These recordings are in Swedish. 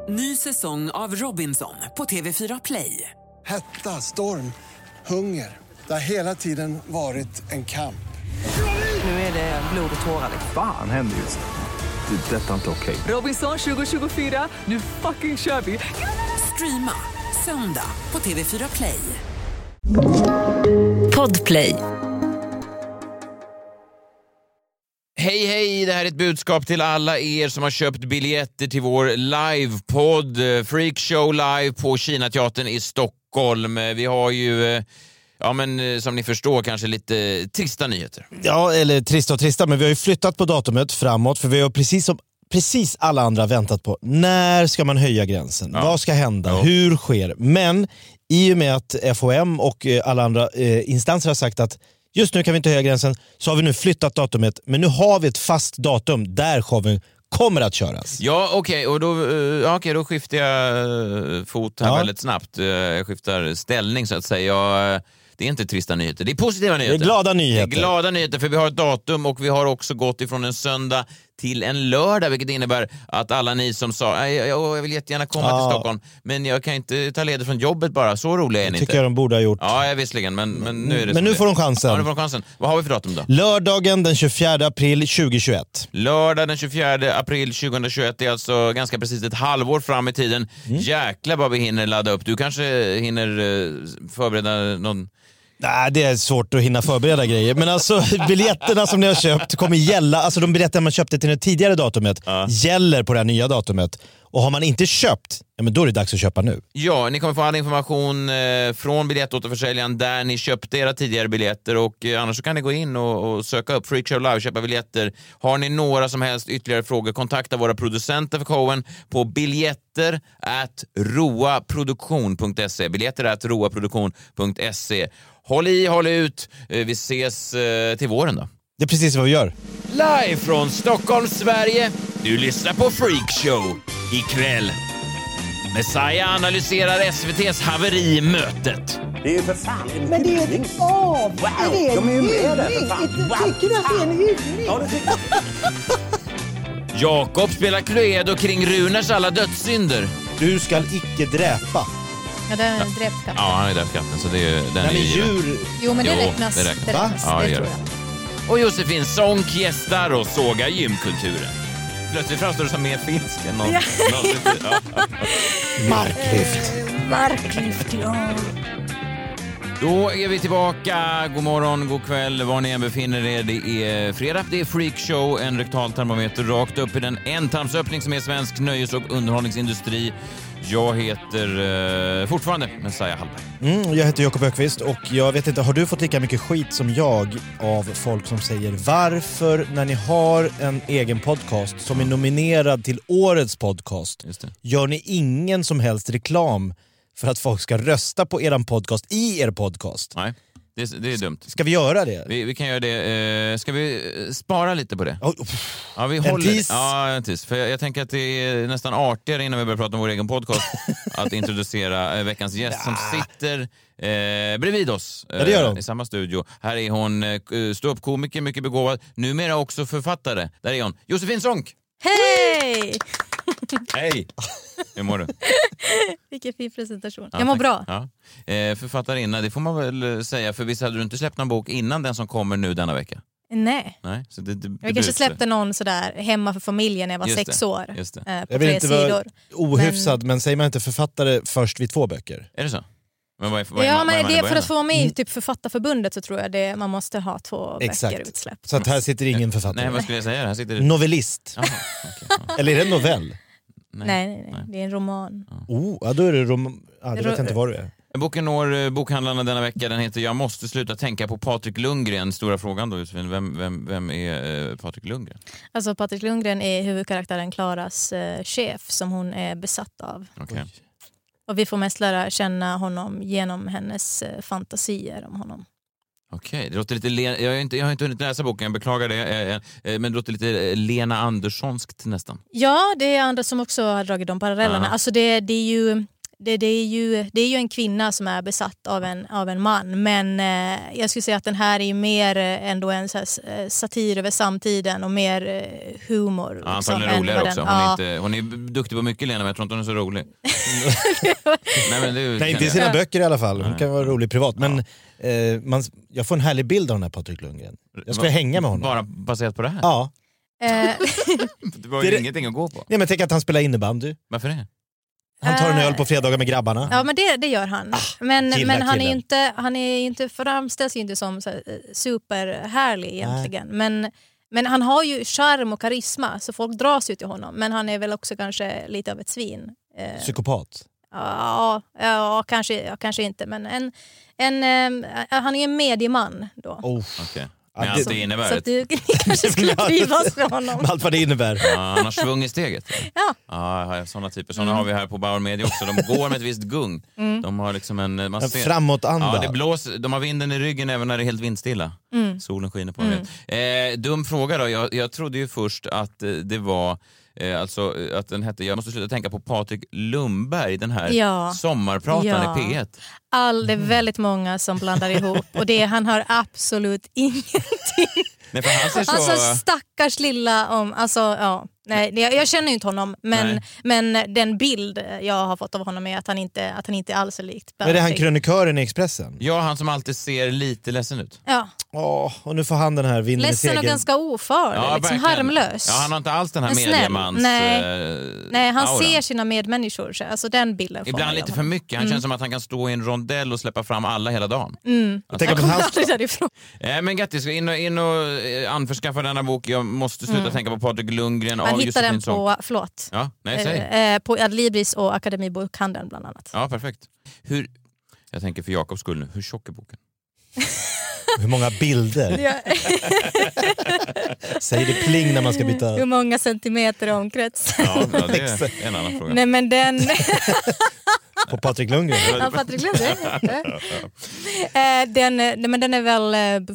Ny säsong av Robinson på TV4 Play. Hetta, storm, hunger. Det har hela tiden varit en kamp. Nu är det blod och tårar. Fan händer just nu. Det. Detta är inte okej. Robinson 2024, nu fucking kör vi. Streama söndag på TV4 Play. Podplay. Hej hej, det här är ett budskap till alla er som har köpt biljetter till vår livepodd Freakshow live på Kinateatern i Stockholm. Vi har ju, ja men som ni förstår, kanske lite trista nyheter. Ja, eller trista, men vi har ju flyttat på datumet framåt, för vi har precis alla andra väntat på. När ska man höja gränsen? Ja. Vad ska hända? Ja. Hur sker? Men i och med att FHM och alla andra instanser har sagt att just nu kan vi inte höja gränsen, så har vi nu flyttat datumet. Men nu har vi ett fast datum där showen kommer att köras. Ja, okej. Och då skiftar jag fot här väldigt snabbt. Jag skiftar ställning så att säga. Det är inte trista nyheter, det är positiva nyheter. Det är glada nyheter. Det är glada nyheter, för vi har ett datum och vi har också gått ifrån en söndag till en lördag, vilket innebär att alla ni som sa jag vill jättegärna komma till Stockholm, men jag kan inte ta ledigt från jobbet bara, så roliga är ni inte. Tycker jag de borde ha gjort. Ja, visserligen, men nu är det. Men nu får de chansen. Ja, nu får de chansen. Vad har vi för datum då? Lördagen den 24 april 2021. Lördag den 24 april 2021 är alltså ganska precis ett halvår fram i tiden. Jäklar vad vi hinner ladda upp. Du kanske hinner förbereda någon... Nej, det är svårt att hinna förbereda grejer. Men alltså, biljetterna som ni har köpt kommer gälla. Alltså de biljetter man köpte till det tidigare datumet gäller på det här nya datumet. Och har man inte köpt, ja men då är det dags att köpa nu. Ja, ni kommer få all information från biljettåterförsäljaren där ni köpte era tidigare biljetter. Och annars så kan ni gå in och söka upp Freakshow Live, köpa biljetter. Har ni några som helst ytterligare frågor, kontakta våra producenter för showen på biljetter@roaproduktion.se. Biljetter@roaproduktion.se. Håll ut. Vi ses till våren då. Det är precis vad vi gör. Live från Stockholm, Sverige. Du lyssnar på Freakshow ikväll. Messiah analyserar SVT:s haveri i mötet. Det är ju för fan en men det är hyllning. Wow, det är de är ju med där för fan. Tycker du att det är en hyllning? Ja, det tycker jag. Jakob spelar Cluedo kring Runers alla dödssynder. Du ska icke dräpa. Ja, den är dräpkatten. Ja, han är dräpkatten, så det är den är djur. Jo, men det räknas. Det räknas. Va? Ja, det gör tror det. jag. Och Josefin Sonck gästar och sågar gymkulturen. Plötsligt framstår det som mer finsk än någon. Marklyft, ja. Då är vi tillbaka. God morgon, god kväll, var ni än befinner er. Det är fredag, det är Freakshow, en rektal termometer rakt upp i den ändtarmsöppning som är svensk nöjes- och underhållningsindustri. Jag heter fortfarande Messiah Hallberg. Jag heter Jakob Ökvist och jag vet inte, har du fått lika mycket skit som jag av folk som säger varför, när ni har en egen podcast som är nominerad till årets podcast, gör ni ingen som helst reklam för att folk ska rösta på eran podcast i er podcast? Nej, det är dumt. Ska vi göra det? Vi kan göra det. Ska vi spara lite på det? Ja, vi håller. En tis. För jag tänker att det är nästan artigare innan vi börjar prata om vår egen podcast att introducera veckans gäst som sitter bredvid oss i samma studio. Här är hon ståuppkomiker, mycket begåvad, numera också författare. Där är hon, Josefin Sonck. Hej! Hej! Hur mår du? Vilken fin presentation. Jag mår bra. Ja. Författarinna, det får man väl säga. För visst hade du inte släppt någon bok innan den som kommer nu denna vecka? Nej. Så det jag kanske släppte någon sådär hemma för familjen när jag var 6 år. Just det. På jag vill 3 inte sidor. vara ohyfsad, men säger man inte författare först vid 2 böcker? Är det så? Men men det är för att få vara med i typ Författarförbundet, så tror jag det, man måste ha 2 böcker utsläppt. Så att här sitter ingen författare. Nej, vad skulle jag säga? Här sitter novellist. Aha, okay. Eller är det en novell? Nej, det är en roman. Ja, då är det roman. Ja, det vet jag inte vad det är. Boken når bokhandlarna denna vecka. Den heter Jag måste sluta tänka på Patrik Lundgren. Stora frågan då, Josefin. Vem är Patrik Lundgren? Alltså Patrik Lundgren är huvudkaraktären Klaras chef som hon är besatt av. Okay. Och vi får mest lära känna honom genom hennes fantasier om honom. Okej, det låter lite jag har inte hunnit läsa boken, jag beklagar det, men det låter lite Lena Anderssonskt nästan. Ja, det är andra som också har dragit de parallellerna. Alltså det är ju det är ju en kvinna som är besatt av en man, men jag skulle säga att den här är ju mer ändå en så här, satir över samtiden och mer humor. Ja, antagligen liksom, roligare också. Hon är duktig på mycket, Lena, men jag tror inte hon är så rolig. Nej, inte i sina böcker i alla fall. Hon kan vara rolig privat, men jag får en härlig bild av den här Patrik Lundgren. Jag ska hänga med honom. Bara baserat på det här? Ja. Det var ju ingenting att gå på. Nej, men tänk att han spelar innebandy. Varför det? Han tar en öl på fredagar med grabbarna. Ja, men det gör han. Men han är inte framställs ju inte som så superhärlig egentligen. Men han har ju charm och karisma, så folk dras ut till honom. Men han är väl också kanske lite av ett svin. Psykopat? Ja, kanske inte. Men han är en medieman då. Okay. Men allt det innebär. Så att du kanske skulle trivas med honom. Allt vad det innebär. Ja, han har svung i steget. Ja, sådana typer. Sådana har vi här på Bauer Media också. De går med ett visst gung. De har liksom en framåtanda. Ja, det blåser. De har vinden i ryggen även när det är helt vindstilla. Solen skiner på dem. Dum fråga då. Jag trodde ju först att det var... alltså att den hette, jag måste sluta tänka på Patrik Lundberg, den här sommarpratan i P1. Det är väldigt många som blandar ihop, och han har absolut ingenting. Nej, för han ser så... Alltså stackars lilla nej, jag känner ju inte honom, men den bild jag har fått av honom är att han inte alls är likt. Men är det han krönikören i Expressen? Ja, han som alltid ser lite ledsen ut. Ja. Och nu får han den här vinden i segern. Ledsen och ganska ofarlig, liksom harmlös. Ja, han har inte alls den här mediemans... Nej, han aura. ser sina medmänniskor, alltså den bilden. Ibland lite för mycket. Han känns som att han kan stå i en rondell och släppa fram alla hela dagen. Jag kommer aldrig därifrån. Men grattis, in och anförskaffa denna bok. Jag måste sluta tänka på Patrik Lundgren. Man hittar den på, på Adlibris och Akademibokhandeln bland annat. Ja, perfekt. Jag tänker för Jakobs skull nu, hur tjock är boken? Hur många bilder? Säger det pling när man ska byta? Hur många centimeter omkrets? Ja, det är en annan fråga. Nej, men den... På Patrik Lundgren? Ja, Patrik Lundgren. Den är väl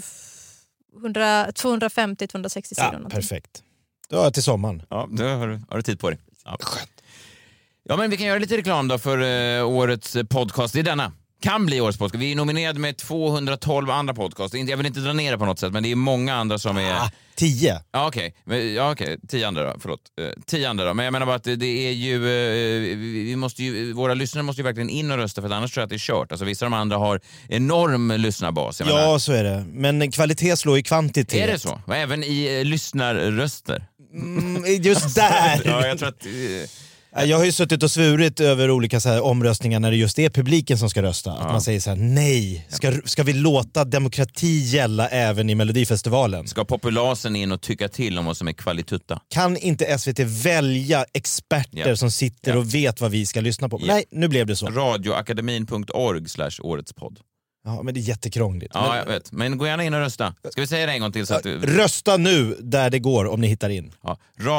250-260 sidor. Ja, perfekt. Då är jag till sommaren. Ja, då har du tid på dig. Ja. Ja, men vi kan göra lite reklam då för årets podcast. Det är denna. Kan bli årets podcast. Vi är nominerade med 212 andra podcast. Jag vill inte dra ner det på något sätt, men det är många andra som är... 10. Ja, okej. 10 andra då. Förlåt. 10 andra då. Men jag menar bara att det är ju... våra lyssnare måste ju verkligen in och rösta, för annars tror jag att det är kört. Alltså vissa av de andra har enorm lyssnarbas. Ja, så är det. Men kvalitet slår ju kvantitet. Är det så? Och även i lyssnarröster? Just där! Ja, jag tror att... Jag har ju suttit och svurit över olika så här omröstningar när det just är publiken som ska rösta. Att man säger så här: nej, ska vi låta demokrati gälla även i Melodifestivalen? Ska populasen in och tycka till om vad som är kvalitutta? Kan inte SVT välja experter som sitter och vet vad vi ska lyssna på? Nej, nu blev det så. Radioakademin.org/åretspodd. Ja, men det är jättekrångligt. Ja, jag vet. Men gå gärna in och rösta. Ska vi säga det en gång till? Så att rösta nu där det går om ni hittar in. Ja.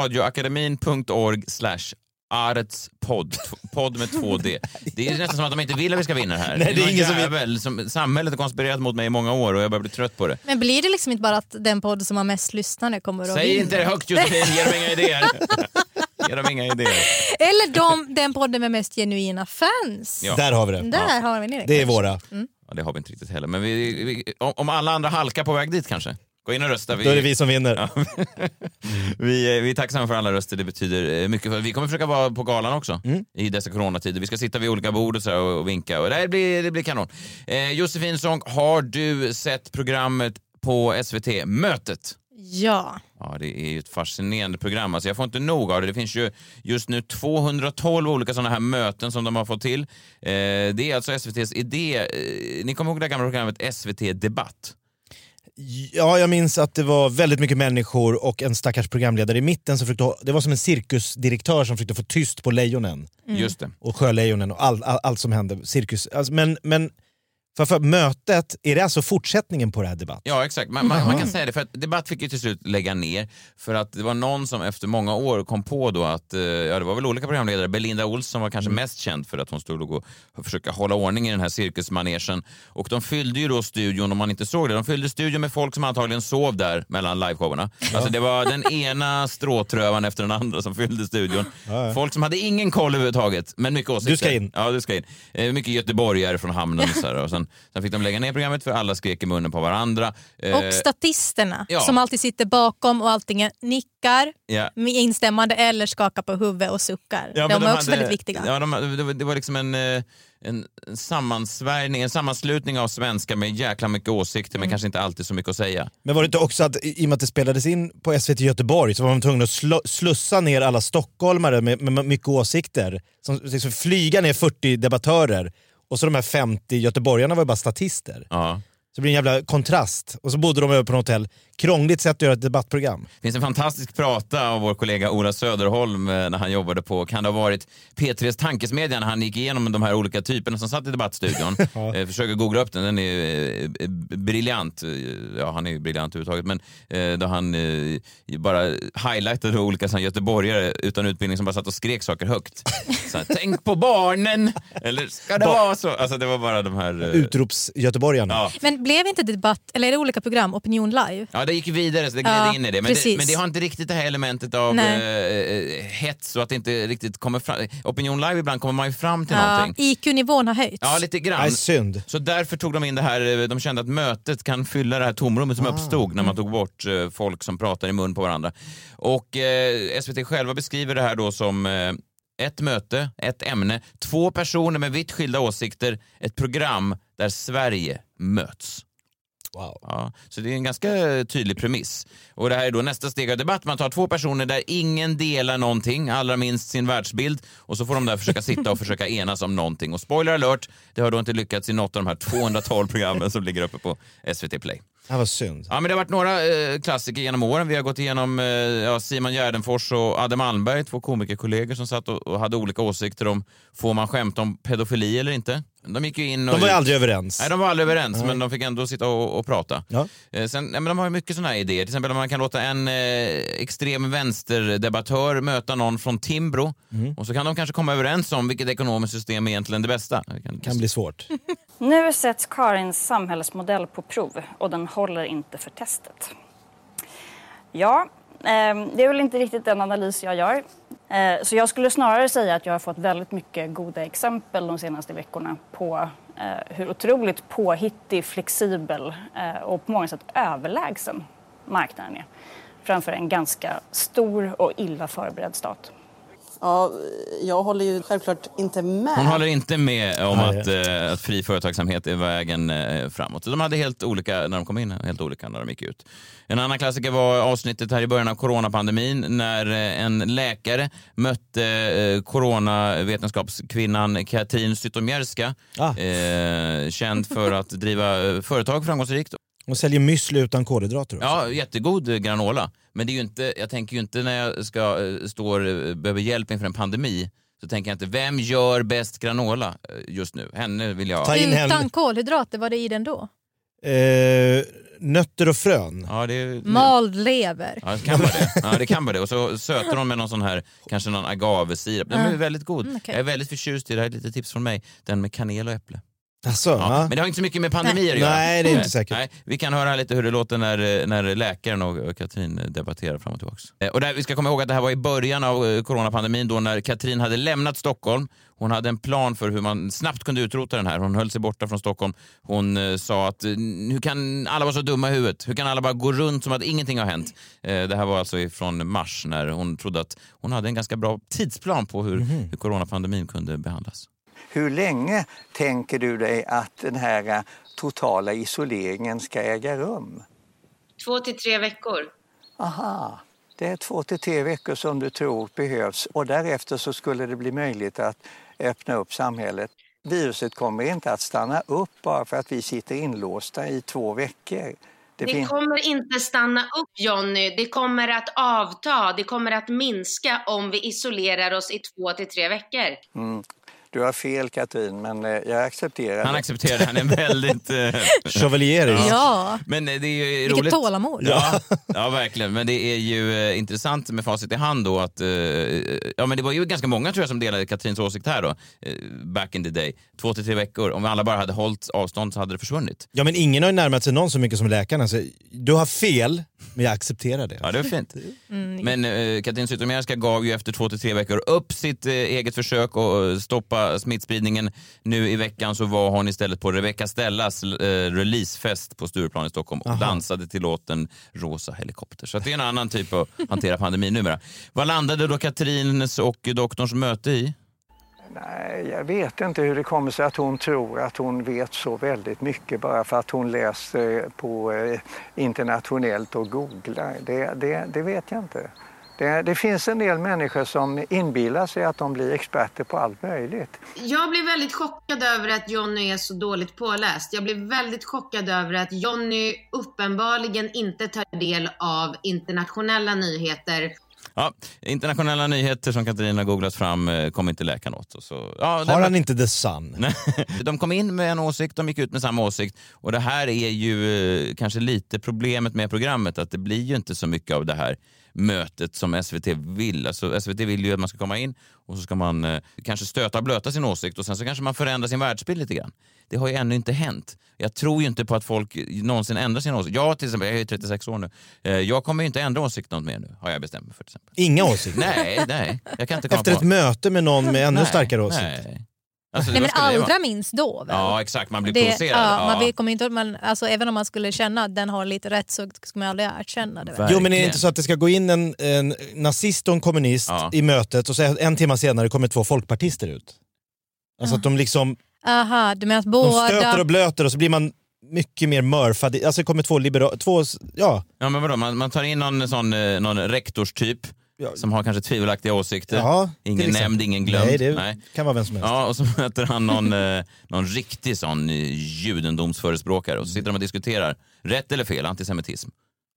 Radioakademin.org/åretspodd. Podd med 2D. Det är nästan som att de inte vill att vi ska vinna här. Nej, det är ingen jävel som samhället har konspirerat mot mig i många år och jag börjar bli trött på det. Men blir det liksom inte bara att den podd som har mest lyssnare kommer att vinna? Säg inte det högt, Josefin. Ge dem inga idéer. Ge dem inga idéer. Eller den podden med mest genuina fans. Ja. Där har vi det. Där har vi det är våra. Ja, det har vi inte riktigt heller. Men om alla andra halkar på väg dit kanske. Gå in och rösta. Då är det vi som vinner. Ja. Vi är tacksamma för alla röster. Det betyder mycket. Vi kommer försöka vara på galan också i dessa coronatider. Vi ska sitta vid olika bord och vinka. Och det blir kanon. Josefin Sonck, har du sett programmet på SVT, Mötet? Ja. Ja, det är ju ett fascinerande program. Alltså jag får inte nog av det. Det finns ju just nu 212 olika sådana här möten som de har fått till. Det är alltså SVTs idé. Ni kommer ihåg det gamla programmet SVT Debatt? Ja, jag minns att det var väldigt mycket människor och en stackars programledare i mitten som det var som en cirkusdirektör som försökte få tyst på lejonen. Just det. Och sjölejonen och allt som hände. Cirkus. Alltså, men För mötet, är det alltså fortsättningen på det här debatt? Ja, exakt. Man kan säga det, för att debatt fick ju till slut lägga ner för att det var någon som efter många år kom på då att, det var väl olika programledare, Belinda Olsson var kanske mest känd för att hon stod och försöka hålla ordning i den här cirkusmanegen, och de fyllde ju då studion, om man inte såg det, de fyllde studion med folk som antagligen sov där mellan liveshowerna. Alltså det var den ena stråtrövan efter den andra som fyllde studion. Folk som hade ingen koll överhuvudtaget, men mycket åsikter. Du ska in. Ja, du ska in. Mycket göteborgare från hamnen och så här, och sen fick de lägga ner programmet för alla skrek i munnen på varandra. Och statisterna som alltid sitter bakom och allting nickar med instämmande eller skakar på huvudet och suckar. Ja, de är också väldigt viktiga. Ja, det var liksom en sammansvärjning, en sammanslutning av svenskar med jäkla mycket åsikter men kanske inte alltid så mycket att säga. Men var det inte också att i och med att det spelades in på SVT Göteborg så var man tvungen att slussa ner alla stockholmare med mycket åsikter, som liksom flyga ner 40 debattörer, och så de här 50 göteborgarna var ju bara statister. Ja. Så det blir en jävla kontrast. Och så bodde de över på något hotell. Krångligt sätt att göra ett debattprogram. Det finns en fantastisk prata av vår kollega Ola Söderholm när han jobbade på, kan det ha varit P3s tankesmedja, när han gick igenom de här olika typerna som satt i debattstudion. Försöker googla upp den är briljant. Ja, han är ju briljant överhuvudtaget, men då han bara highlightade olika sån göteborgare utan utbildning som bara satt och skrek saker högt. Så här, tänk på barnen! Eller ska det vara så? Alltså det var bara de här... Utrops-göteborgarna. Ja. Men blev inte debatt, eller är det olika program, Opinion Live? Ja, det gick vidare så det gled in i det. Men det har inte riktigt det här elementet av hets och att det inte riktigt kommer fram. Opinion Live ibland kommer man ju fram till någonting. IQ-nivån har höjts. Ja, lite grann. Synd. Så därför tog de in det här, de kände att mötet kan fylla det här tomrummet som uppstod när man tog bort folk som pratar i mun på varandra. Och SVT själva beskriver det här då som ett möte, ett ämne, 2 personer med vitt skilda åsikter, ett program där Sverige möts. Wow. Ja, så det är en ganska tydlig premiss. Och det här är då nästa steg av debatt. Man tar 2 personer där ingen delar någonting, allra minst sin världsbild, och så får de där försöka sitta och försöka enas om någonting. Och spoiler alert, det har då inte lyckats i något av de här 212 programmen som ligger uppe på SVT Play. Det var synd. Ja, men det har varit några klassiker genom åren. Vi har gått igenom Simon Gärdenfors och Adde Malmberg, 2 komikerkollegor som satt och hade olika åsikter om får man skämta om pedofili eller inte. De gick ju in och... De var aldrig överens. Nej, de var aldrig överens, men de fick ändå sitta och prata. Ja. Sen, men de har ju mycket såna här idéer. Till exempel om man kan låta en extrem vänsterdebattör möta någon från Timbro, och så kan de kanske komma överens om vilket ekonomiskt system är egentligen det bästa. Det kan bli svårt. Nu sätts Karins samhällsmodell på prov och den håller inte för testet. Ja, det är väl inte riktigt den analys jag gör. Så jag skulle snarare säga att jag har fått väldigt mycket goda exempel de senaste veckorna på hur otroligt påhittig, flexibel och på många sätt överlägsen marknaden är. Framför en ganska stor och illa förberedd stat. Ja, jag håller ju självklart inte med. Hon håller inte med om att fri företagsamhet är vägen framåt. Så de hade helt olika när de kom in, helt olika när de gick ut. En annan klassiker var avsnittet här i början av coronapandemin när en läkare mötte coronavetenskapskvinnan Katrin Zytomierska, känd för att driva företag framgångsrikt. Och säljer müsli utan kolhydrater också. Ja, jättegod granola. Men det är ju inte, jag tänker ju inte när jag behöver hjälp inför en pandemi, så tänker jag inte, vem gör bäst granola just nu? Henne vill jag ha. Utan kolhydrater, vad det i den då? Nötter och frön. Ja, mald lever. Ja, det kan vara det. Ja, det kan vara det. Och så söter de med någon sån här, kanske någon agavesirap. Den är väldigt god. Okay. Jag är väldigt förtjust i det här, lite tips från mig. Den med kanel och äpple. Alltså, men det har inte så mycket med pandemier att göra. Nej, det är inte säkert. Nej, vi kan höra lite hur det låter när läkaren och Katrin debatterar fram och tillbaka. Och vi ska komma ihåg att det här var i början av coronapandemin, då när Katrin hade lämnat Stockholm. Hon hade en plan för hur man snabbt kunde utrota den här. Hon höll sig borta från Stockholm. Hon sa att hur kan alla vara så dumma i huvudet? Hur kan alla bara gå runt som att ingenting har hänt? Det här var alltså från mars, när hon trodde att hon hade en ganska bra tidsplan på hur coronapandemin kunde behandlas. Hur länge tänker du dig att den här totala isoleringen ska äga rum? 2 till 3 veckor. Aha, det är 2 till 3 veckor som du tror behövs, och därefter så skulle det bli möjligt att öppna upp samhället. Viruset kommer inte att stanna upp bara för att vi sitter inlåsta i 2 veckor. Det kommer inte stanna upp, Johnny. Det kommer att avta. Det kommer att minska om vi isolerar oss i 2 till 3 veckor. Du har fel, Katrin, men jag accepterar det. Han accepterar det. Han är väldigt... Chevalier. Ja. Men det är ju Vilket roligt. tålamod. Ja, verkligen. Men det är ju intressant med facit i hand då att... ja, men det var ju ganska många tror jag som delade Katrins åsikt här då. Back in the day. 2 till 3 veckor. Om vi alla bara hade hållit avstånd så hade det försvunnit. Ja, men ingen har ju närmat sig någon så mycket som läkarna. Så du har fel, men jag accepterar det. Ja, det är fint. Men Katrin Zytomierska gav ju efter 2 till 3 veckor upp sitt eget försök att stoppa smittspridningen. Nu i veckan så var hon istället på Rebecca Stellas releasefest på Stureplan i Stockholm och dansade till låten Rosa helikopter. Så att det är en annan typ av hantera pandemin numera. Vad landade då Katrins och doktorns möte i? Nej, jag vet inte hur det kommer sig att hon tror att hon vet så väldigt mycket bara för att hon läser på internationellt och googlar. Det vet jag inte. Det finns en del människor som inbillar sig att de blir experter på allt möjligt. Jag blir väldigt chockad över att Johnny är så dåligt påläst. Jag blir väldigt chockad över att Johnny uppenbarligen inte tar del av internationella nyheter. Ja, internationella nyheter som Katarina googlat fram kom inte läkaren åt. Så, ja, har han inte The Sun? De kom in med en åsikt, de gick ut med samma åsikt. Och det här är ju kanske lite problemet med programmet, att det blir ju inte så mycket av det här mötet som SVT vill. Alltså SVT vill ju att man ska komma in och så ska man kanske stöta och blöta sin åsikt och sen så kanske man förändrar sin världsbild lite grann. Det har ju ännu inte hänt. Jag tror ju inte på att folk någonsin ändrar sin åsikt. Jag till exempel, jag är 36 år nu. Jag kommer ju inte ändra åsikt något mer nu, har jag bestämt mig för till exempel. Inga åsikter? Nej. Jag kan inte komma efter ett möte med någon med ännu starkare åsikter? Nej. Alltså, nej, men allra minst då väl? Ja, exakt. Man blir provocerad. Ja, man kommer inte, alltså, även om man skulle känna att den har lite rätt så ska man aldrig erkänna det. Jo, men är det inte så att det ska gå in en nazist och en kommunist i mötet och så en timme senare kommer 2 folkpartister ut? Alltså att de liksom... Aha, du menar att båda... De stöter och blöter och så blir man mycket mer mörfad. Alltså det kommer 2 liberala... Ja, men vadå? Man tar in någon rektorstyp som har kanske tvivelaktiga åsikter. Ja, ingen nämnd, ingen glömd. Nej, det kan vara vem som helst. Ja, och så möter han någon riktig sån judendomsförespråkare och så sitter de och diskuterar rätt eller fel antisemitism.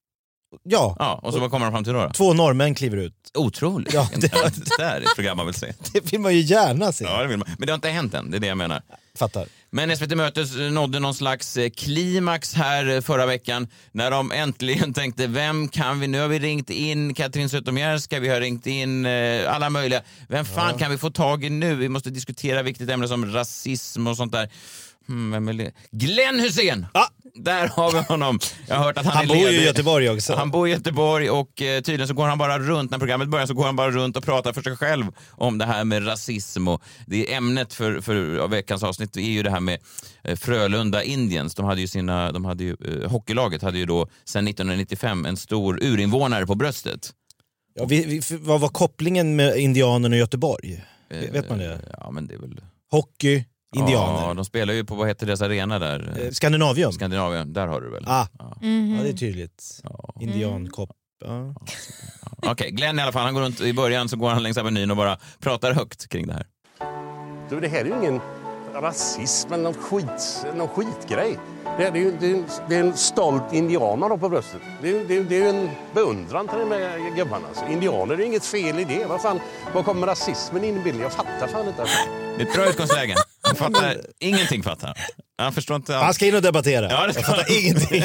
Ja. Och så vad kommer de fram till då? 2 norrmän kliver ut. Otroligt. Ja, det där är ett program man vill se. Det vill man ju gärna se. Ja, det vill man. Men det har inte hänt än, det är det jag menar. Fattar. Men SVT Mötes nådde någon slags klimax här förra veckan när de äntligen tänkte, vem kan vi, nu har vi ringt in Katrin Zytomierska, vi har ringt in alla möjliga. Vem fan kan vi få tag i nu? Vi måste diskutera viktigt ämne som rasism och sånt där. Vem är det? Glenn Hysén! Där har vi honom. Jag har hört att han bor ju i Göteborg också. Han bor i Göteborg och tydligen så går han bara runt, när programmet börjar så går han bara runt och pratar för sig själv om det här med rasism. Och det är ämnet för veckans avsnitt är ju det här med Frölunda Indians. Hockeylaget hade ju då sedan 1995 en stor urinvånare på bröstet. Ja, vad var kopplingen med indianerna i Göteborg? Vet man det? Ja, men det är väl... Hockey, indianer. Ja, de spelar ju på, vad heter deras arena där? Skandinavium, där har du väl. Ja, det är tydligt. Indiankopp. Ja. Okej, Glenn i alla fall, han går runt i början så går han längs Avenyn och bara pratar högt kring det här. Du, det här är ju ingen rasism eller någon skitgrej. Det är en stolt indianer då på bröstet. Det är ju en beundran till de här gubbarna. Så indianer, det är inget fel i det. Vad kommer rasismen in i bilden? Jag fattar fan inte. Det är ett bra utgångsläge. Han fattar ingenting, fattar han. Förstår inte allt. Han ska in och debattera. Ja, jag fattar ingenting.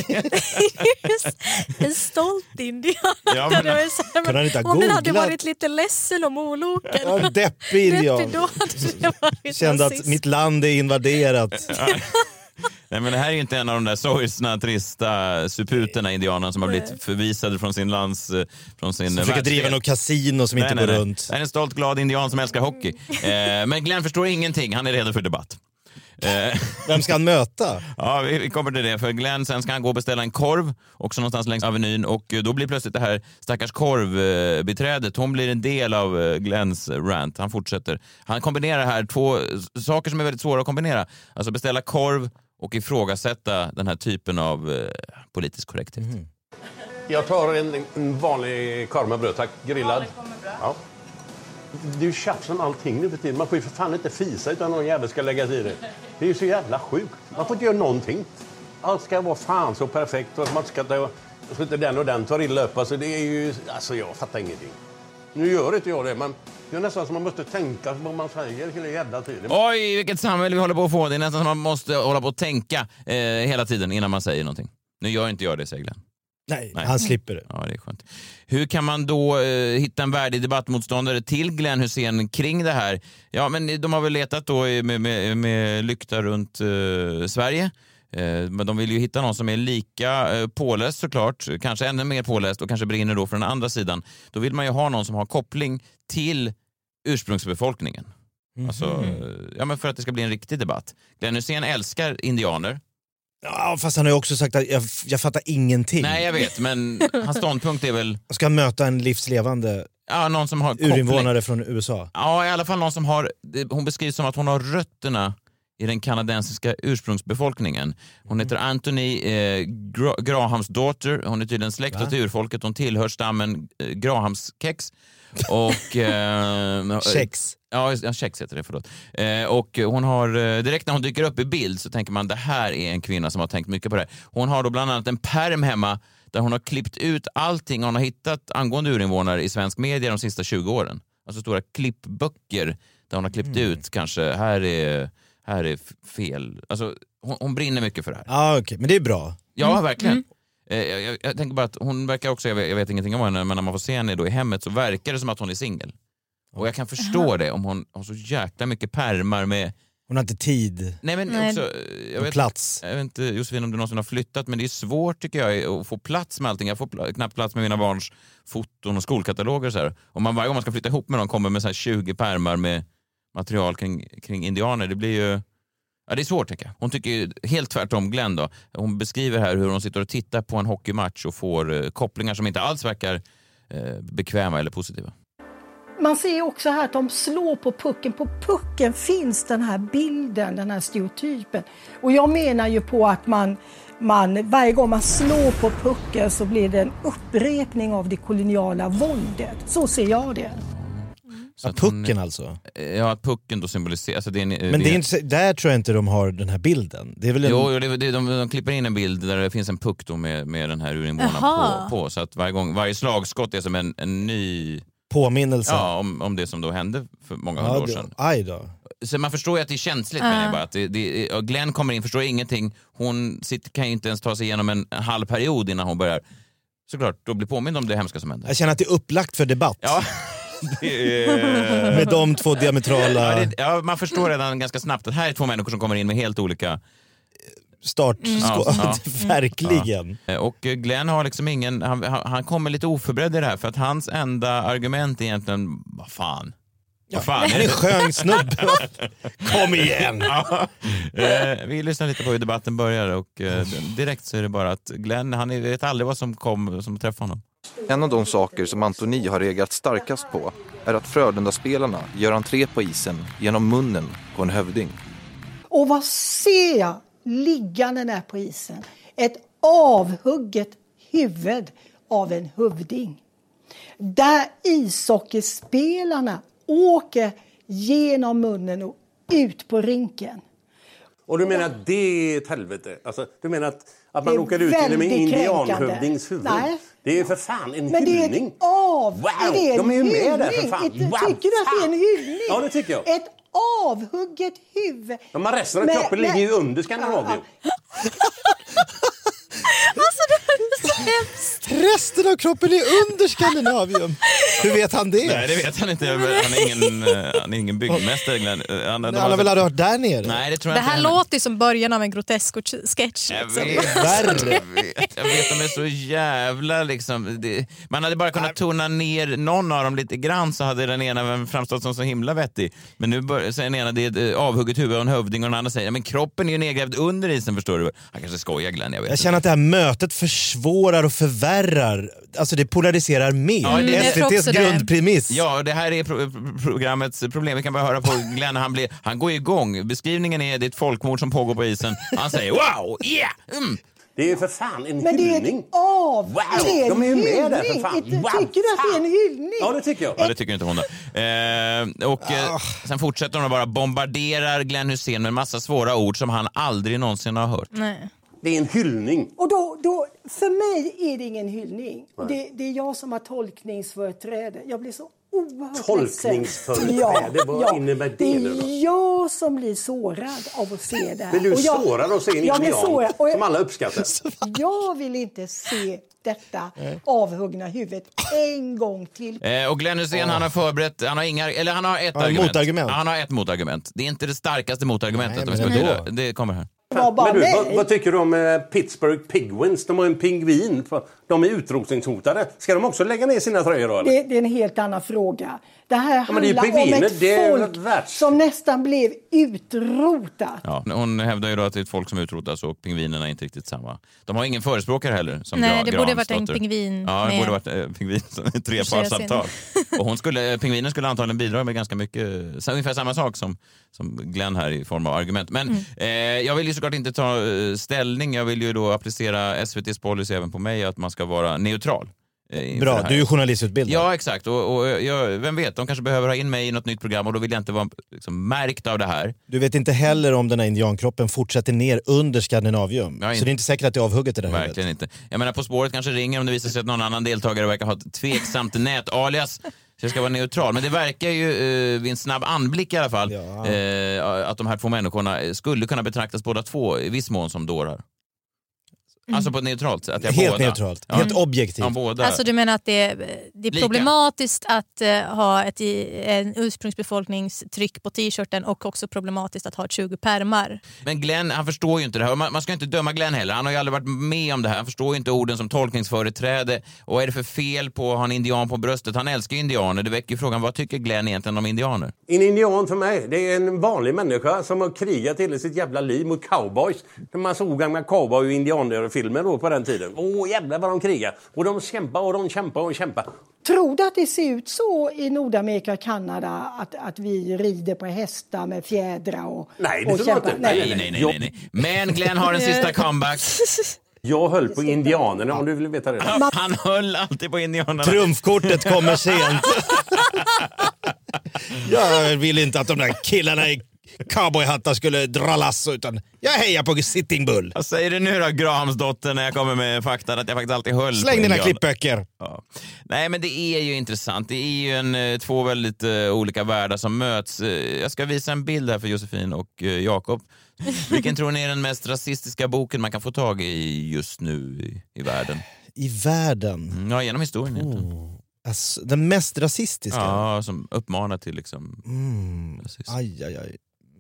En stolt indian. Ja, men, om den hade varit lite ledsen om oloken. Ja, deppig indian. Kände att mitt land är invaderat. Nej, men det här är ju inte en av de där sorgsna, trista suputerna indianerna som har blivit förvisade från sin lands... Från sin försöker driva något kasino som inte går runt. Det är en stolt, glad indian som älskar hockey. Men Glenn förstår ingenting, han är redo för debatt. Vem ska han möta? Ja, vi kommer till det. För Glenn, sen ska han gå och beställa en korv också någonstans längs Avenyn och då blir plötsligt det här stackars korvbiträdet, hon blir en del av Glenns rant. Han fortsätter. Han kombinerar här 2 saker som är väldigt svåra att kombinera. Alltså beställa korv och ifrågasätta den här typen av politisk korrekthet. Mm. Jag tar en vanlig korv med bröd, tack. Grillad. Ja. Det är ju tjafs om allting nu för tiden. Man får ju för fan inte fisa utan någon jävel ska lägga sig i det. Det är ju så jävla sjukt. Man får inte göra någonting. Allt ska vara fan så perfekt och man ska ta... Så inte den och den tar illa upp. Alltså det är ju... Alltså jag fattar ingenting. Nu gör inte jag det, men det är nästan som man måste tänka vad man säger hela jävla tiden. Oj, vilket samhälle vi håller på att få. Det är nästan som man måste hålla på att tänka hela tiden innan man säger någonting. Nu gör inte jag det, säger Glenn. Nej, han slipper det. Ja, det är skönt. Hur kan man då hitta en värdig debattmotståndare till Glenn Hysén kring det här? Ja, men de har väl letat då med lykta runt Sverige. Men de vill ju hitta någon som är lika påläst såklart, kanske ännu mer påläst och kanske brinner då från den andra sidan. Då vill man ju ha någon som har koppling till ursprungsbefolkningen. Alltså, ja, men för att det ska bli en riktig debatt. Glenn Hysén älskar indianer. Ja, fast han har ju också sagt att jag fattar ingenting. Nej, jag vet, men hans ståndpunkt är väl... Jag ska möta en livslevande någon som har urinvånare från USA. Ja, i alla fall någon som har... Hon beskrivs som att hon har rötterna i den kanadensiska ursprungsbefolkningen. Hon heter Anthony Grahams daughter. Hon är tydligen släkt till urfolket. Hon tillhör stammen Grahamskex. Och... Kex. Ja, Kex heter det, förlåt. Och hon har, direkt när hon dyker upp i bild så tänker man det här är en kvinna som har tänkt mycket på det. Hon har då bland annat en perm hemma där hon har klippt ut allting hon har hittat angående urinvånare i svensk media de sista 20 åren. Alltså stora klippböcker där hon har klippt ut kanske, här är fel. Alltså hon brinner mycket för det här. Ja, okej. Men det är bra. Ja, verkligen. Jag tänker bara att hon verkar också, jag vet ingenting om henne, men när man får se henne då i hemmet så verkar det som att hon är singel. Och jag kan förstå det om hon har så jäkla mycket pärmar med... Hon har inte tid. Nej, men också... plats. Jag vet inte, Josefin, om du någonsin har flyttat, men det är svårt tycker jag att få plats med allting. Jag får knappt plats med mina barns foton och skolkataloger så här. Och varje gång man ska flytta ihop med någon kommer med så här 20 pärmar med material kring indianer. Det blir ju... Ja, det är svårt tycker jag. Hon tycker ju helt tvärtom Glenn då. Hon beskriver här hur hon sitter och tittar på en hockeymatch och får kopplingar som inte alls verkar bekväma eller positiva. Man ser också här att de slår på pucken. På pucken finns den här bilden, den här stereotypen. Och jag menar ju på att man varje gång man slår på pucken så blir det en upprepning av det koloniala våldet. Så ser jag det. Så pucken alltså? Ja, att pucken då symboliserar... Alltså men det är inte, där tror jag inte de har den här bilden. Det är väl de klipper in en bild där det finns en puck då med den här urinvånaren på. Så att varje slagskott är som en ny... påminnelse. Ja, om det som då hände för många år sedan. Aj då. Så man förstår ju att det är känsligt, men bara att Glenn kommer in, förstår ingenting. Hon kan ju inte ens ta sig igenom en halv period innan hon börjar, såklart, då blir påmind om det hemska som händer. Jag känner att det är upplagt för debatt. Ja. Med de två diametrala... Ja, man förstår redan ganska snabbt att här är två människor som kommer in med helt olika... Verkligen. Ja. Och Glenn har liksom ingen... Han kommer lite oförberedd i det här för att hans enda argument är egentligen... Vad fan är det? Skön snubbe. Kom igen. Ja. Vi lyssnar lite på hur debatten börjar och direkt så är det bara att Glenn, han vet aldrig vad som träffar honom. En av de saker som Antoni har reagerat starkast på är att Frölunda-spelarna gör entré på isen genom munnen på en hövding. Och vad ser jag liggande där på isen? Ett avhugget huvud av en hövding. Där ishockeyspelarna åker genom munnen och ut på rinken. Och du menar att det är ett helvete? Alltså, du menar att man åker ut till en indianhövdings huvud? Nej. Det är för fan en men hyllning. Det är wow, de är ju med där för fan. Tycker du att det är en hyllning? Ja, det tycker jag. Ett avhugget huvud. Ja, men resten av kroppen ligger ju under Skandinavien. Alltså det är så hemskt. Resten av kroppen är under Skandinavien. Hur vet han det? Nej, det vet han inte. Han är ingen byggmästare. Han har väl aldrig hört där nere? Nej, det tror jag det här låter som början av en grotesk sketch. Jag vet, de är så jävla liksom... Man hade bara kunnat tona ner någon av dem lite grann så hade den ena framstått som så himla vettig. Men nu säger den ena det är ett avhugget huvud och en hövding och den andra säger men kroppen är ju nedgrävd under isen, förstår du? Han kanske skojar, Glenn, jag känner att det här mötet försvårar och förvärrar. Alltså det polariserar mer. Ja, SVT:s grundpremiss. Ja, det här är programmets problem. Vi kan bara höra på Glenn. Han går igång. Beskrivningen är det är ett folkmord som pågår på isen. Han säger wow, yeah, Det är ju för fan en men hyllning. Men det är wow, de är ju med där för fan. Tycker du att det är en hyllning? Ja, det tycker jag. Ja, det tycker inte hon då. Sen fortsätter de bara bombarderar Glenn Hysén med en massa svåra ord som han aldrig någonsin har hört. Nej. Det är en hyllning. Och då för mig är det ingen hyllning. Det är jag som har tolkningsföreträde. Jag blir så oerhört tolkningsföreträde. Vad innebär det nu då? Det är jag som blir sårad av att se det här. Blir du sårad av att se en indian som alla uppskattar? Jag vill inte se detta avhuggna huvudet en gång till. Och Glenn Hysén, han har förberett, han har ett argument. Motargument. Han har ett motargument. Det är inte det starkaste motargumentet. Det kommer här. Men du, vad tycker du om Pittsburgh Penguins? De har en pingvin. De är utrotningshotade. Ska de också lägga ner sina tröjor då? Det är en helt annan fråga. Det här handlar om ett folk som nästan blev utrotat. Ja, hon hävdar ju då att det är ett folk som utrotas och pingvinerna är inte riktigt samma. De har ingen förespråkare heller. Som Nej, det borde varit en pingvin. Ja, det borde varit en pingvin som är trepartsavtal. Och pingvinen skulle antagligen bidra med ganska mycket, ungefär samma sak som Glenn här i form av argument. Men jag vill ju såklart inte ta ställning. Jag vill ju då applicera SVT:s policy även på mig att man ska vara neutral. Bra, du är ju journalistutbildad. Ja, exakt. Och vem vet, de kanske behöver ha in mig i något nytt program och då vill jag inte vara liksom märkt av det här. Du vet inte heller om den här indiankroppen fortsätter ner under Skandinavium. Så det är inte säkert att det är avhugget i det här verkligen huvudet. Inte. Jag menar, På spåret kanske ringer om det visar sig att någon annan deltagare verkar ha ett tveksamt nätalias. Så jag ska vara neutral. Men det verkar ju vid en snabb anblick i alla fall att de här två människorna skulle kunna betraktas båda två i viss mån som dårar. Alltså på ett neutralt sätt. Helt neutralt, helt objektivt. Alltså du menar att det är problematiskt att ha en ursprungsbefolkningstryck på t-shirten och också problematiskt att ha 20 pärmar. Men Glenn, han förstår ju inte det här. Man ska inte döma Glenn heller. Han har ju aldrig varit med om det här. Han förstår ju inte orden som tolkningsföreträde. Och är det för fel på att ha en indian på bröstet? Han älskar indianer. Det väcker frågan, vad tycker Glenn egentligen om indianer? En indian för mig, det är en vanlig människa som har krigat hela sitt jävla liv mot cowboys. Man såg gamla cowboy och indianer filmer då på den tiden. Jävlar vad de krigar. Och de kämpar och de kämpar och kämpar. Tror du att det ser ut så i Nordamerika och Kanada att vi rider på hästar med fjädrar och nej, det tror jag inte. Nej. Men Glenn har en sista comeback. Jag höll på indianerna om du vill veta det. Han höll alltid på indianerna. Trumfkortet kommer sent. Jag vill inte att de där killarna i cowboyhattar skulle dra lasso, utan jag hejar på Sitting Bull. Vad säger du nu då, Grahamsdotter, när jag kommer med fakta att jag faktiskt alltid höll Släng dina klippböcker. Ja. Nej, men det är ju intressant. Det är ju två väldigt olika världar som möts. Jag ska visa en bild här för Josefin och Jakob. Vilken tror ni är den mest rasistiska boken man kan få tag i just nu i världen? I världen? Ja, genom historien. Alltså, den mest rasistiska? Ja, som uppmanar till liksom... Aj.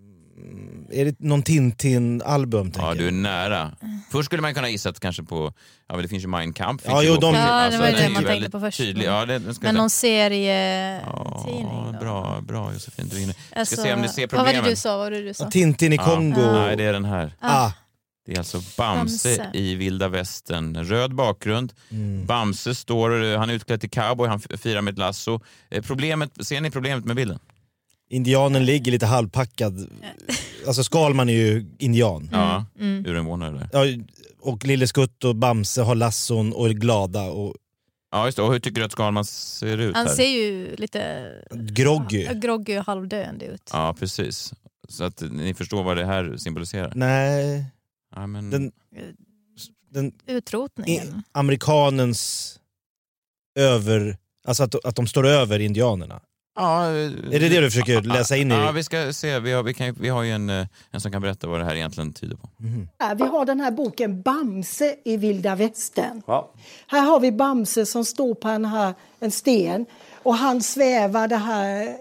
Är det någon Tintin-album? Ja, du är nära. Först skulle man kunna gissa att kanske på... Ja, men det finns ju Mein Kampf. Det var ju det man tänkte på först. Men någon serietidning. Bra Josefin. Du är inne. Ska se om ni ser problemen. Vad var det du sa? Tintin i Kongo. Nej, det är den här. Det är alltså Bamse i vilda västern. Röd bakgrund. Bamse står, han är utklädd till cowboy, han firar med ett lasso. Ser ni problemet med bilden? Indianen ligger lite halvpackad. Alltså Skalman är ju indian. Ja, urinvånare där. Ja, och Lille Skutt och Bamse har lasson och är glada. Och... Ja, just det. Och hur tycker du att Skalman ser ut här? Han ser ju lite... groggy och halvdöende ut. Ja, precis. Så att ni förstår vad det här symboliserar. Nej. Ja, men... Den utrotningen. Amerikanens alltså att de står över indianerna. Ja, är det du försöker läsa in i? Ja, vi ska se. Vi har ju en som kan berätta vad det här egentligen tyder på. Vi har den här boken Bamse i vilda västern. Ja. Här har vi Bamse som står på en sten och han svävar det här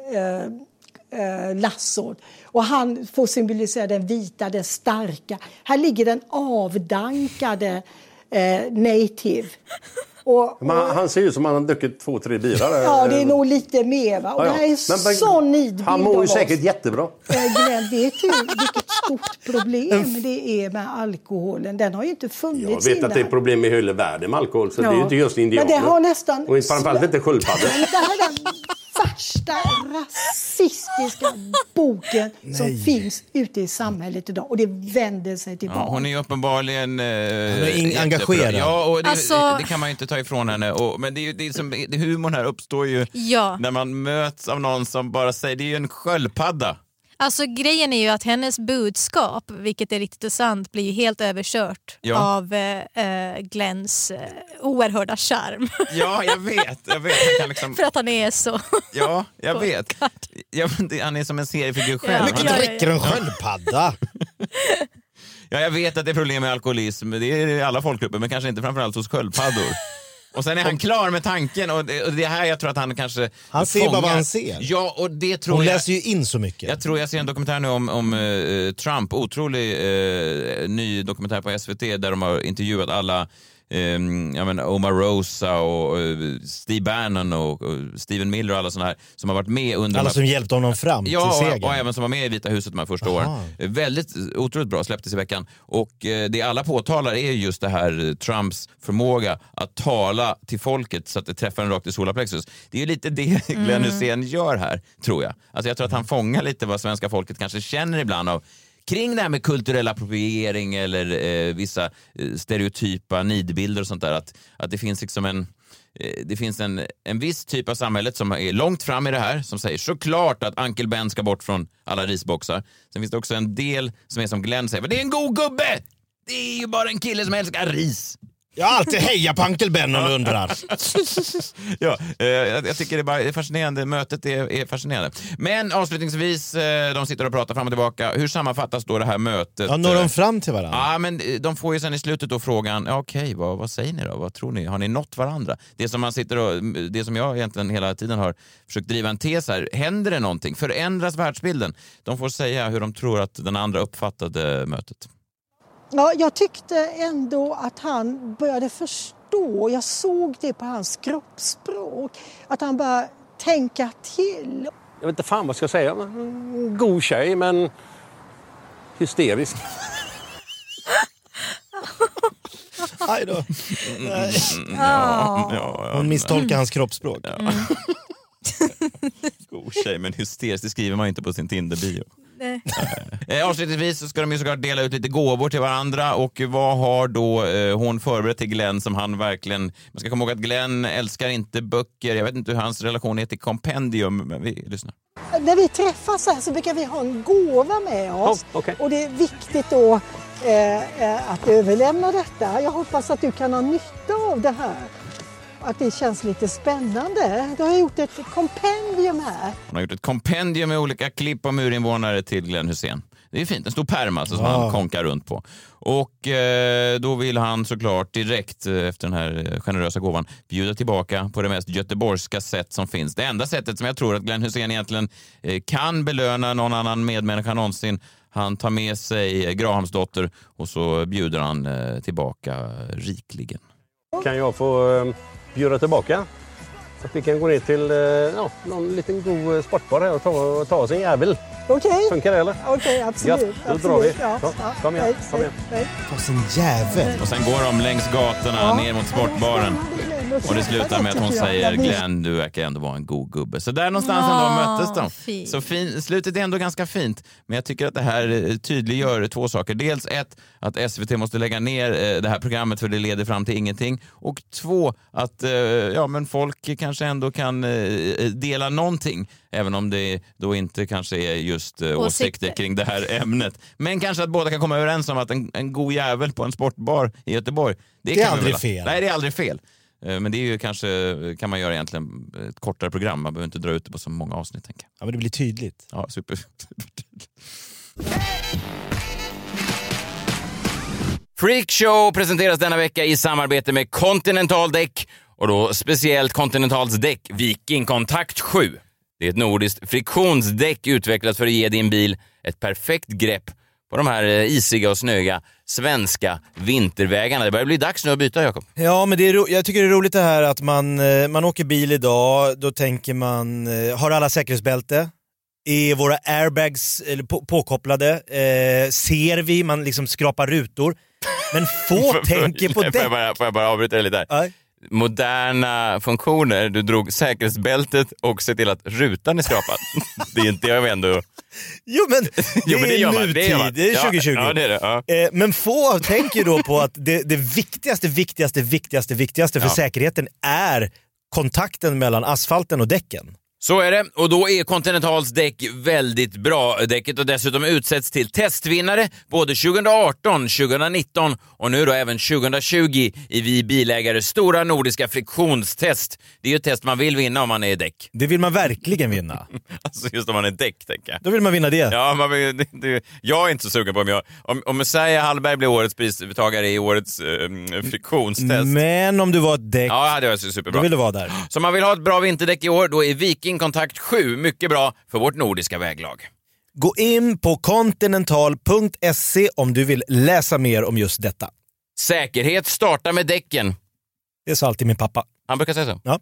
lassot. Och han får symbolisera den vita, den starka. Här ligger den avdankade native. Han ser ut som han har druckit 2-3 bilar. Ja, det är nog lite mer. Va? Och det här är sån nidbild. Han mår ju säkert jättebra. Glenn, vet du vilket stort problem det är med alkoholen? Den har ju inte funnits innan. Jag vet att det är problem med hela världen med alkohol, så det är ju inte just indianer. Men det har nästan... Och framförallt inte sköldpaddor. Det här är den värsta rasistiska boken som finns ute i samhlet idag. Och det vänder sig till barn. Hon är ju uppenbarligen engagerad. Ja, och det kan man ju inte ta ifrån henne. Men det humorn här uppstår ju när man möts av någon som bara säger det är ju en sköldpadda. Alltså grejen är ju att hennes budskap, vilket är riktigt sant, blir ju helt överkört av Glens oerhörda charm. Ja, jag vet. Han kan liksom... För att han är så... Ja, jag vet. Han är som en seriefigur själv. Hur mycket dricker en sköldpadda? Ja, jag vet att det är problem med alkoholism. Det är i alla folkgrupper, men kanske inte framförallt hos sköldpaddor. Och sen är han klar med tanken och det här jag tror att han kanske... Han ser bara vad han ser. Ja, och det tror Hon läser ju in så mycket. Jag tror jag ser en dokumentär nu om Trump, otrolig ny dokumentär på SVT där de har intervjuat alla Omar Rosa och Steve Bannon och Stephen Miller och alla såna här som har varit med under... Alla som hjälpte honom fram till segern. Och även som var med i Vita huset de här första åren. Väldigt otroligt bra, släpptes i veckan. Och det alla påtalar är just det här Trumps förmåga att tala till folket så att det träffar en rakt i solarplexus. Det är ju lite det Glenn Hysén gör här, tror jag. Alltså jag tror att han fångar lite vad svenska folket kanske känner ibland av kring det här med kulturell appropriering eller vissa stereotypa nidbilder och sånt där, att det finns liksom det finns en viss typ av samhället som är långt fram i det här, som säger såklart att Uncle Ben ska bort från alla risboxar. Sen finns det också en del som är som Glenn säger, men det är en god gubbe! Det är ju bara en kille som älskar ris. Jag har alltid hejar på Uncle Ben och undrar. Ja, jag tycker det är fascinerande. Mötet är fascinerande. Men avslutningsvis, de sitter och pratar fram och tillbaka. Hur sammanfattas då det här mötet? Ja, når de fram till varandra? Ja, men de får ju sen i slutet då frågan, okej, vad säger ni då? Vad tror ni? Har ni nått varandra? Det som jag egentligen hela tiden har försökt driva en tes här. Händer det någonting? Förändras världsbilden? De får säga hur de tror att den andra uppfattade mötet. Ja, jag tyckte ändå att han började förstå. Jag såg det på hans kroppsspråk. Att han började tänka till. Jag vet inte fan vad ska jag säga. God tjej, men hysterisk. Aj då. Hon misstolkar hans kroppsspråk. Ja. God tjej, men hysterisk, det skriver man inte på sin Tinder-bio. Avslutningsvis så ska de ju såklart dela ut lite gåvor till varandra. Och vad har då hon förberett till Glenn som han verkligen... Man ska komma ihåg att Glenn älskar inte böcker. Jag vet inte hur hans relation är till kompendium, men vi lyssnar. När vi träffas här så brukar vi ha en gåva med oss. Okay. Och det är viktigt då att överlämna detta. Jag hoppas att du kan ha nytta av det här. Att det känns lite spännande. Du har gjort ett kompendium här. Hon har gjort ett kompendium med olika klipp om urinvånare till Glenn Hysén. Det är fint, en stor pärm alltså, som han konkar runt på. Och då vill han såklart direkt efter den här generösa gåvan bjuda tillbaka på det mest göteborgska sätt som finns. Det enda sättet som jag tror att Glenn Hysén egentligen kan belöna någon annan medmänniska någonsin. Han tar med sig Grahamsdotter och så bjuder han tillbaka rikligen. Kan jag få bjuda tillbaka? Så att vi kan gå ner till någon liten god sportbar här och ta oss en jävel. Okej. Funkar det eller? Okej, absolut. Ja, då drar vi. Ja. Kom igen. Ta oss en jävel. Och sen går de längs gatorna ner mot sportbaren. Och det slutar med att hon säger, Glenn, du verkar ändå vara en god gubbe. Så där någonstans ändå möttes de. Fint. Så slutet är ändå ganska fint. Men jag tycker att det här tydliggör två saker. Dels att SVT måste lägga ner det här programmet för det leder fram till ingenting. Och två, att men folk kanske ändå kan dela någonting. Även om det då inte kanske är just åsikter kring det här ämnet. Men kanske att båda kan komma överens om att en god jävel på en sportbar i Göteborg. Det är aldrig fel. Nej, det är aldrig fel. Men det är ju kanske, kan man göra egentligen ett kortare program. Man behöver inte dra ut det på så många avsnitt, tänker jag. Ja, men det blir tydligt. Ja, super. Freakshow presenteras denna vecka i samarbete med Continental däck. Och då speciellt Continentals däck Viking Contact 7. Det är ett nordiskt friktionsdäck utvecklat för att ge din bil ett perfekt grepp på de här isiga och snöiga svenska vintervägarna. Det börjar bli dags nu att byta, Jakob. Ja, men jag tycker det är roligt det här att man åker bil idag. Då tänker man, har alla säkerhetsbälte? Är våra airbags påkopplade? Ser vi? Man liksom skrapar rutor. Men få tänker på det. Får jag bara avbryta det lite där? Aj. Moderna funktioner. Du drog säkerhetsbältet och se till att rutan är skrapad. Det är inte jag ändå... Jo, men det är nutid. Det är 2020. Ja, det är det. Ja. Men få tänker då på att det viktigaste för säkerheten är kontakten mellan asfalten och däcken. Så är det, och då är Continentals däck väldigt bra. Däcket och dessutom utsätts till testvinnare både 2018, 2019 och nu då även 2020 i Vi bilägare stora nordiska friktionstest. Det är ju ett test man vill vinna om man är däck. Det vill man verkligen vinna. Alltså just om man är däck, tänker jag. Då vill man vinna det. Ja, jag är inte så sugen på om Messiah Hallberg blir årets pristagare i årets friktionstest. Men om du var ett däck, ja, det var superbra. Då vill du vara där. Så om man vill ha ett bra vinterdäck i år, då är Viking Kontakt 7 mycket bra för vårt nordiska väglag. Gå in på continental.se om du vill läsa mer om just detta. Säkerhet startar med däcken. Det sa alltid min pappa. Han brukar säga så. Ja.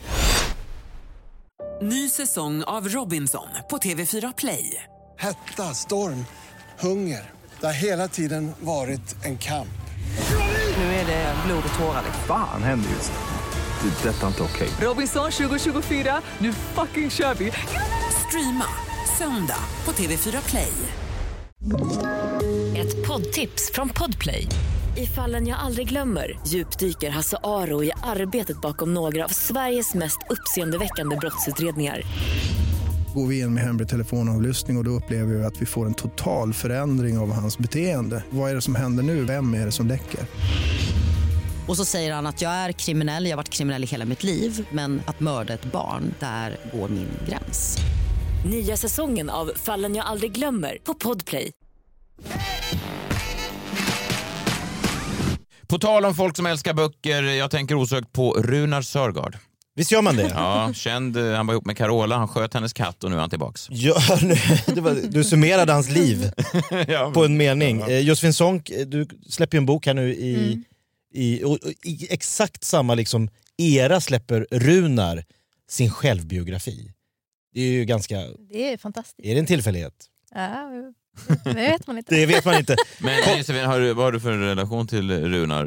Ny säsong av Robinson på TV4 Play. Hetta, storm, hunger. Det har hela tiden varit en kamp. Nu är det blod och tårar. Fan händer just det. Det är detta inte okej. Robinson 2024, nu fucking kör vi. Streama söndag på TV4 Play. Ett poddtips från Podplay. I Fallen jag aldrig glömmer djupdyker Hasse Aro i arbetet bakom några av Sveriges mest uppseendeväckande brottsutredningar. Går vi in med hemlig telefonavlyssning och då upplever vi att vi får en total förändring av hans beteende. Vad är det som händer nu? Vem är det som läcker? Och så säger han att jag är kriminell, jag har varit kriminell i hela mitt liv. Men att mörda ett barn, där går min gräns. Nya säsongen av Fallen jag aldrig glömmer på Podplay. På tal om folk som älskar böcker, jag tänker osökt på Runar Sörgard. Visst gör man det? Ja, känd. Han var ihop med Carola, han sköt hennes katt och nu är han tillbaks. Ja, du summerade hans liv ja, på en mening. Ja. Josefin Sonck, du släpper ju en bok här nu i exakt samma liksom era släpper Runar sin självbiografi. Det är ju ganska... Det är fantastiskt. Är det en tillfällighet? Ja, det vet man inte. Det vet man inte. Men Josefin, vad har du för relation till Runar?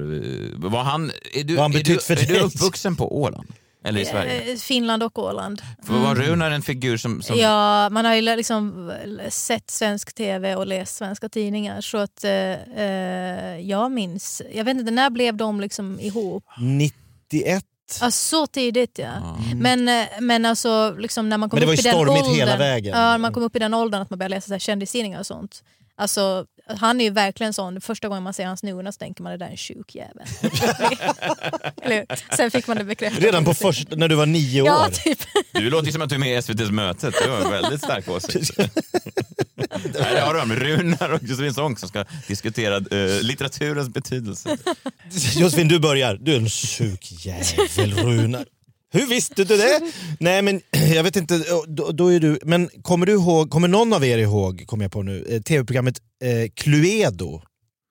Är du uppvuxen på Åland? Eller i Sverige? Finland och Åland. Var Runar en figur som... Ja, man har ju liksom sett svensk tv och läst svenska tidningar. Så att jag minns... Jag vet inte, när blev de liksom ihop? 91. Ja, så tidigt, ja. Men alltså, liksom, när man kom upp i den åldern... hela vägen. Ja, man kom upp i den åldern att man började läsa så här kändistidningar och sånt. Alltså, han är ju verkligen sån. Första gången man ser hans nuna så tänker man det där är en sjuk jävel. Eller, sen fick man det bekräftat. Redan på när du var 9 år. Ja, typ. Du låter ju som att du är med i SVT:s mötet. Det var en väldigt stark åsikt. Här har de Runar och Josefin Sonck som ska diskutera litteraturens betydelse. Josefin, du börjar. Du är en sjuk jävel, Runar. Hur visste du det? Nej, men jag vet inte, då är du... Men kommer någon av er ihåg, kommer jag på nu, tv-programmet Cluedo?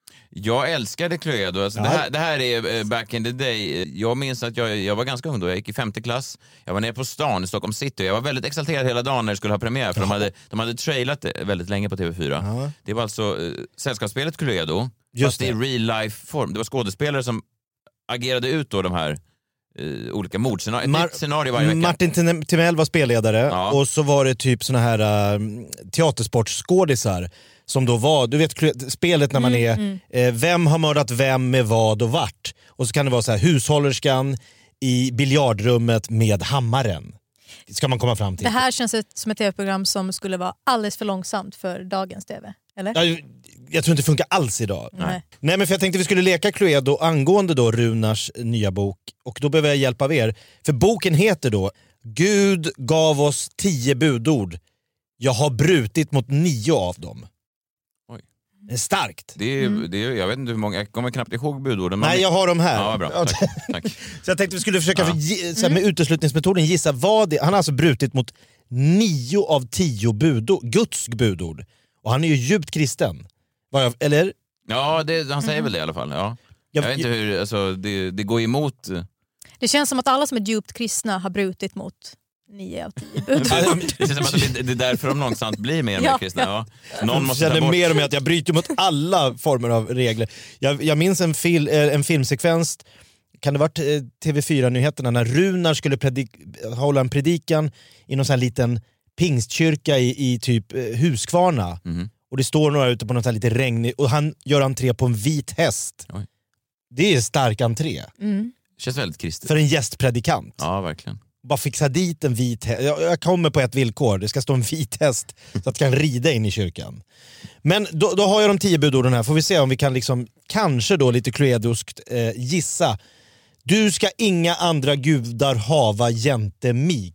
Jag älskade Cluedo. Alltså, det här är back in the day. Jag minns att jag var ganska ung då. Jag gick i 5:e klass. Jag var nere på stan i Stockholm city. Jag var väldigt exalterad hela dagen när det skulle ha premiär. För de hade trailat det väldigt länge på TV4. Ja. Det var alltså sällskapsspelet Cluedo. Fast det i real life form. Det var skådespelare som agerade ut då de här olika mordscenarier varje vecka. Martin Timell var spelledare och så var det typ såna här teatersportskådisar som då var, du vet spelet när man är vem har mördat vem med vad och vart. Och så kan det vara så här, hushållerskan i biljardrummet med hammaren. Ska man komma fram till. Det här känns som ett tv-program som skulle vara alldeles för långsamt för dagens tv, eller? Jag tror inte det funkar alls idag. Nej, men för jag tänkte vi skulle leka Cluedo angående då Runars nya bok. Och då behöver jag hjälp av er. För boken heter då Gud gav oss 10 budord. Jag har brutit mot 9 av dem. Oj. Det är starkt. Det är, jag vet inte hur många, jag kommer knappt ihåg budorden. Nej, jag har dem här. Ja, bra. Tack. Så jag tänkte vi skulle försöka med uteslutningsmetoden gissa vad det. Han har alltså brutit mot 9 av 10 budord, Guds budord. Och han är ju djupt kristen. Eller? Ja, han säger väl det i alla fall. Ja. Jag vet inte hur, alltså, det går emot... Det känns som att alla som är djupt kristna har brutit mot 9 av 10 budord. Det känns som att det är därför de långsamt blir mer och mer kristna. Ja. Någon måste känner mer och mer att jag bryter mot alla former av regler. Jag minns en filmsekvens, kan det varit TV4-nyheterna, när Runar skulle hålla en predikan i någon sån här liten pingstkyrka i typ Huskvarna. Och det står några ute på något här lite regnig och han gör entré på en vit häst. Det är stark entré. Känns väldigt kristet. För en gästpredikant. Ja, verkligen. Bara fixa dit en vit häst. Jag kommer på ett villkor. Det ska stå en vit häst så att jag kan rida in i kyrkan. Men då har jag de 10 budorden här. Får vi se om vi kan liksom, kanske då lite cluedoskt gissa. Du ska inga andra gudar hava jämte mig.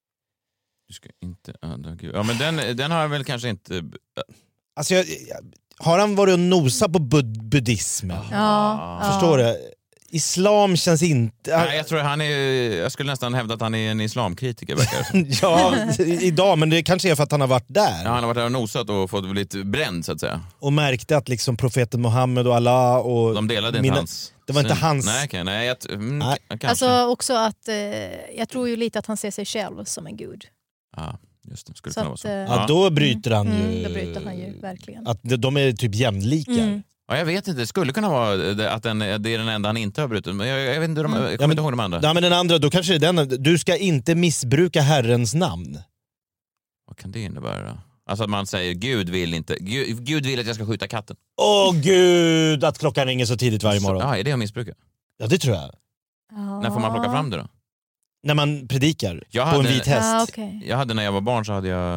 Du ska inte andra gudar. Ja, men den har jag väl kanske inte... Alltså har han varit och nosa på buddhismen? Ja. Förstår du? Islam känns inte... Nej, jag tror jag skulle nästan hävda att han är en islamkritiker. Ja, idag, men det kanske är för att han har varit där. Ja, han har varit där och nosat och fått lite bränd så att säga. Och märkte att liksom profeten Mohammed och Allah och... De delade inte hans... Det var inte hans... Nej, kanske. Alltså också att jag tror ju lite att han ser sig själv som en gud. Ja, just det. Skulle så kunna vara så. Ja, då bryter han ju... Då bryter han ju, verkligen. Att de är typ jämlika. Ja, jag vet inte, det skulle kunna vara att det är den enda han inte har brutit. Men jag vet inte, jag kommer inte ihåg de andra. Ja, men den andra, då kanske det är den. Du ska inte missbruka Herrens namn. Vad kan det innebära? Alltså att man säger Gud vill att jag ska skjuta katten. Åh Gud, att klockan ringer så tidigt varje morgon. Ja, är det att missbruka? Ja, det tror jag. När får man plocka fram det då? När man predikar på en vit häst. Okay. Jag hade när jag var barn så hade jag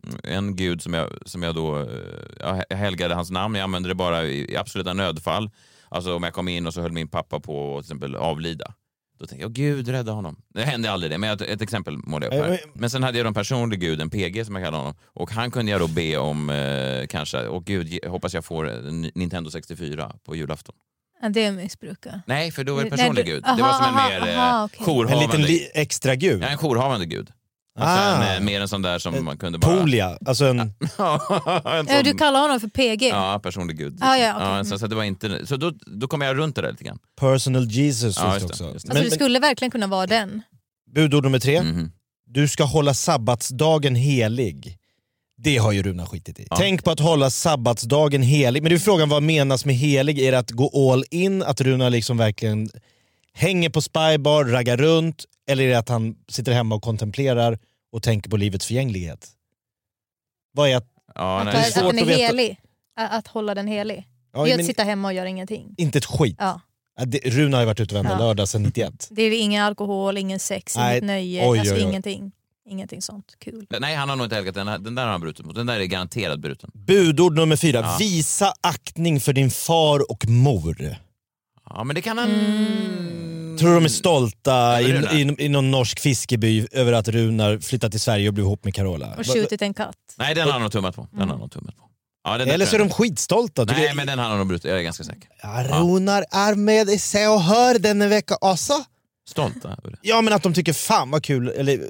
en gud som jag då jag helgade hans namn. Jag använde det bara i absoluta nödfall. Alltså om jag kom in och så höll min pappa på att till exempel avlida. Då tänkte jag, Gud rädda honom. Det hände aldrig det, men ett exempel målade jag upp här. Men sen hade jag en personlig gud, en PG som jag kallade honom. Och han kunde jag då be om kanske, och Gud, hoppas jag får en Nintendo 64 på julafton. Ja, det är missbrukar. Nej, för då var det personlig gud. Det var som en mer jourhavande. En liten extra gud. Ja, en jourhavande gud. Alltså mer en sån där som man kunde bara... Polia, alltså en... sån... Du kallar honom för PG? Ja, personlig gud. Okay. Så det var inte... Så då kom jag runt det där lite grann. Personal Jesus just också. Alltså det skulle verkligen kunna vara den. Budord nummer 3. Du ska hålla sabbatsdagen helig. Det har ju Runa skitit i. Ja. Tänk på att hålla sabbatsdagen helig. Men det är frågan, vad menas med helig? Är det att gå all in? Att Runa liksom verkligen hänger på spybar, raggar runt? Eller är det att han sitter hemma och kontemplerar och tänker på livets förgänglighet? Vad är att... Ja, att den är helig. Att hålla den helig. Ja, det är att sitta hemma och göra ingenting. Inte ett skit. Ja. Runa har ju varit ute varenda lördag sedan 91. Det är ingen alkohol, ingen sex, inget nöje. Alltså ingenting. Ingenting sånt kul. Nej, han har nog inte helgat den där har han brutit mot. Den där är garanterat bruten. Budord nummer 4. Ja. Visa aktning för din far och mor. Ja, men det kan han... Tror de är stolta i någon norsk fiskeby över att Runar flyttat till Sverige och blev ihop med Carola? Och skjutit en katt. Nej, den har han nog tummat på. Ja, eller så är de skitstolta. Nej, men den har han nog brutit. Jag är ganska säker. Ja, Runar är med i Se och Hör denna vecka också. Stolta? Ja, men att de tycker fan vad kul. Eller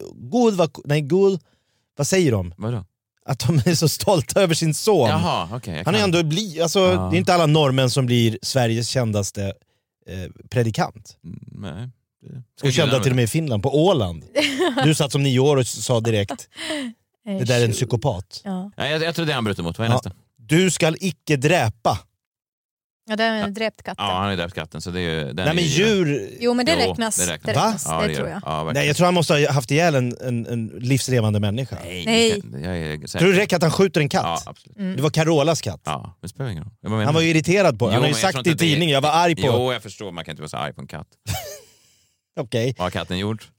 god. Vad säger de? Vadå? Att de är så stolta över sin son. Jaha, okay, han är ändå det är inte alla norrmän som blir Sveriges kändaste predikant. Nej. Och kända till och med i Finland, på Åland. Du satt som 9 år och sa direkt det där är en psykopat. Ja. Jag tror det han brutit mot. Vad är nästa? Du ska icke dräpa. Ja, det är dräpt katten. Ja, han har dräpt katten. Så det är, den nej, men djur... Jo, men det räknas. Det räknas. Ja, det tror jag. Ja, nej, jag tror han måste ha haft ihjäl en livslevande människa. Nej. Tror du det räcker att han skjuter en katt? Ja, absolut. Det var Carolas katt. Ja, det spelar ingen roll. Han var ju irriterad på. Han har ju sagt i tidningen, jag var arg på. Jo, jag förstår. Man kan inte vara så arg på en katt. Okej. Vad har katten gjort?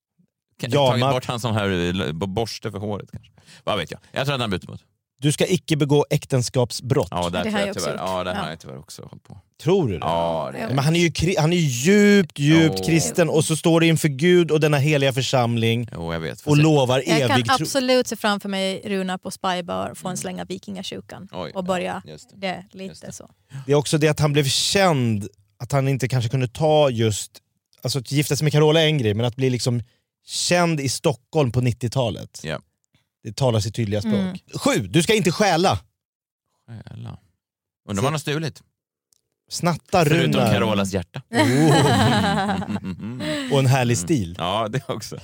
Tagit bort han som här borste för håret kanske. Vad vet jag. Jag tror att han byter mot. Du ska icke begå äktenskapsbrott. Ja, där tror jag tyvärr. Ja, där har jag tyvärr också hållit på. Tror du det? Ja, det är... Men han är ju djupt kristen, och så står det inför Gud och denna heliga församling. Jo, jag vet. Och lovar evig tro. Jag kan absolut se framför mig Runa på spybar, få en slänga vikingasjukan och börja det lite så. Det är också det att han blev känd, att han inte kanske kunde ta just, alltså att gifta sig med Carola är en grej, men att bli liksom känd i Stockholm på 90-talet. Ja. Det talar sitt tydliga språk. 7. Du ska inte stjäla. Undrar vad han har stulit. Snatta Runar. Förutom Carolas hjärta. Och en härlig stil. Ja, det också.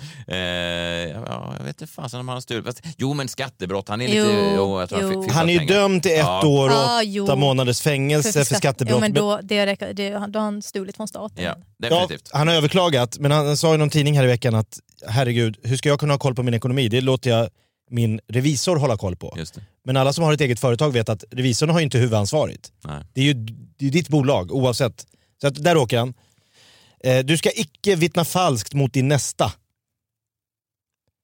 Jag vet inte fan om han har stulit. Jo, men skattebrott. Han är lite... Han är ju dömd till 1 år och 8 månaders fängelse för skattebrott. Jo, men då har han stulit från staten. Ja, definitivt. Ja, han har överklagat, men han sa i någon tidning här i veckan att herregud, hur ska jag kunna ha koll på min ekonomi? Det låter jag min revisor hålla koll på. Just det. Men alla som har ett eget företag vet att revisorn har ju inte huvudansvaret. Nej. Det är ju ditt bolag oavsett. Så att där åker han. Du ska icke vittna falskt mot din nästa.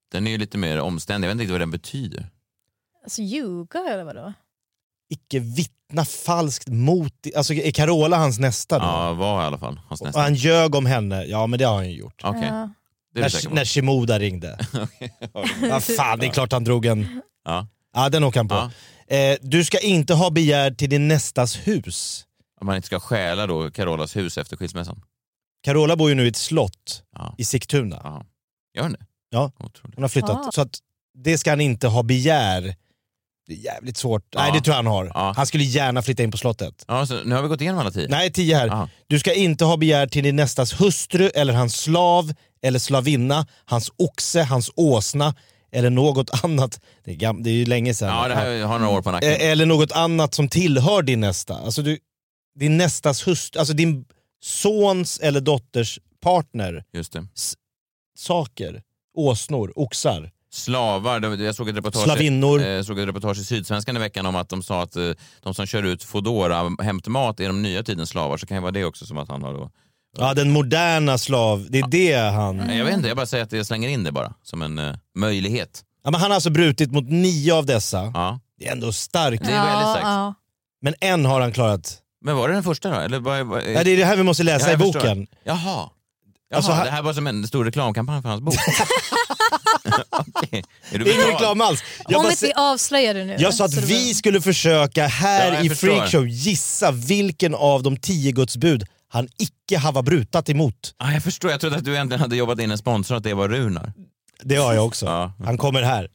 Den är ju lite mer omständig. Jag vet inte vad den betyder. Alltså ljuga eller vadå? Icke vittna falskt mot... Alltså är Carola hans nästa då? Ja, var i alla fall hans nästa. Och han ljög om henne. Ja, men det har han ju gjort. Okej. Ja. När Shimoda ringde. Ja, fan, det är klart han drog en... Ja, den åker han på. Ja. Du ska inte ha begär till din nästas hus. Om man inte ska stjäla då Carolas hus efter skilsmässan. Carola bor ju nu i ett slott i Sigtuna. Ja. Gör hon det? Ja, hon har flyttat. Så att det ska han inte ha begär. Det är jävligt svårt. Nej, det tror jag han har. Ja. Han skulle gärna flytta in på slottet. Ja, så nu har vi gått igenom alla 10. Nej, 10 här. Aha. Du ska inte ha begär till din nästas hustru eller hans slav eller slavinna, hans oxe, hans åsna eller något annat. Det är ju länge sedan. Ja, det här har några år på nacken. Eller något annat som tillhör din nästa. Alltså din nästas hustru, alltså din sons eller dotters partner. Just det. Saker, åsnor, oxar. Slavar, jag såg ett reportage, i Sydsvenskan i veckan om att de sa att de som kör ut Foodora hämtmat är de nya tidens slavar, så kan ju vara det också som att han har då... Ja, den moderna slav, det är det han... Jag vet inte, jag bara säger att jag slänger in det bara som en möjlighet. Ja, men han har alltså brutit mot 9 av dessa. Ja. Det är ändå starkt. Det är väldigt starkt. Ja. Men en har han klarat. Men var det den första då? Eller Ja, det är det här vi måste läsa i boken. Jaha. Alltså, det här var som en stor reklamkampanj för hans bok. Okay. Ingen reklam alls. Om inte vi avslöjar det nu. Jag sa att vi skulle försöka här i Freakshow gissa vilken av de 10 gudsbud han icke har brutat emot. Jag förstår, jag trodde att du egentligen hade jobbat in en sponsor att det var Runar. Det har jag också. Ja. Han kommer här.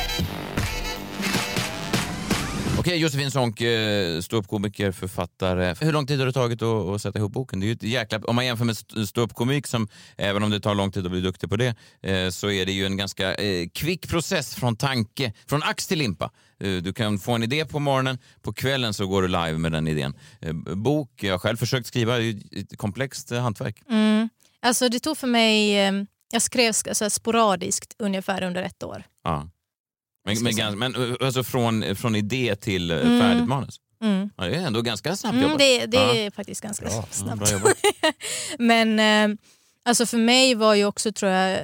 Okej, Josefin Sonck, ståuppkomiker, författare. Hur lång tid har det tagit att sätta ihop boken? Det är ju ett jäkla... Om man jämför med ståuppkomik, som även om det tar lång tid att bli duktig på det, så är det ju en ganska kvick process från tanke, från ax till limpa. Du kan få en idé på morgonen, på kvällen så går du live med den idén. Bok, jag har själv försökt skriva, det är ett komplext hantverk. Alltså det tog för mig, jag skrev sporadiskt ungefär under 1 år. Ja. Men alltså från idé till färdigt manus. Ja, det är ändå ganska snabbt jobbat. Det är faktiskt ganska snabbt. Men alltså för mig var ju också, tror jag,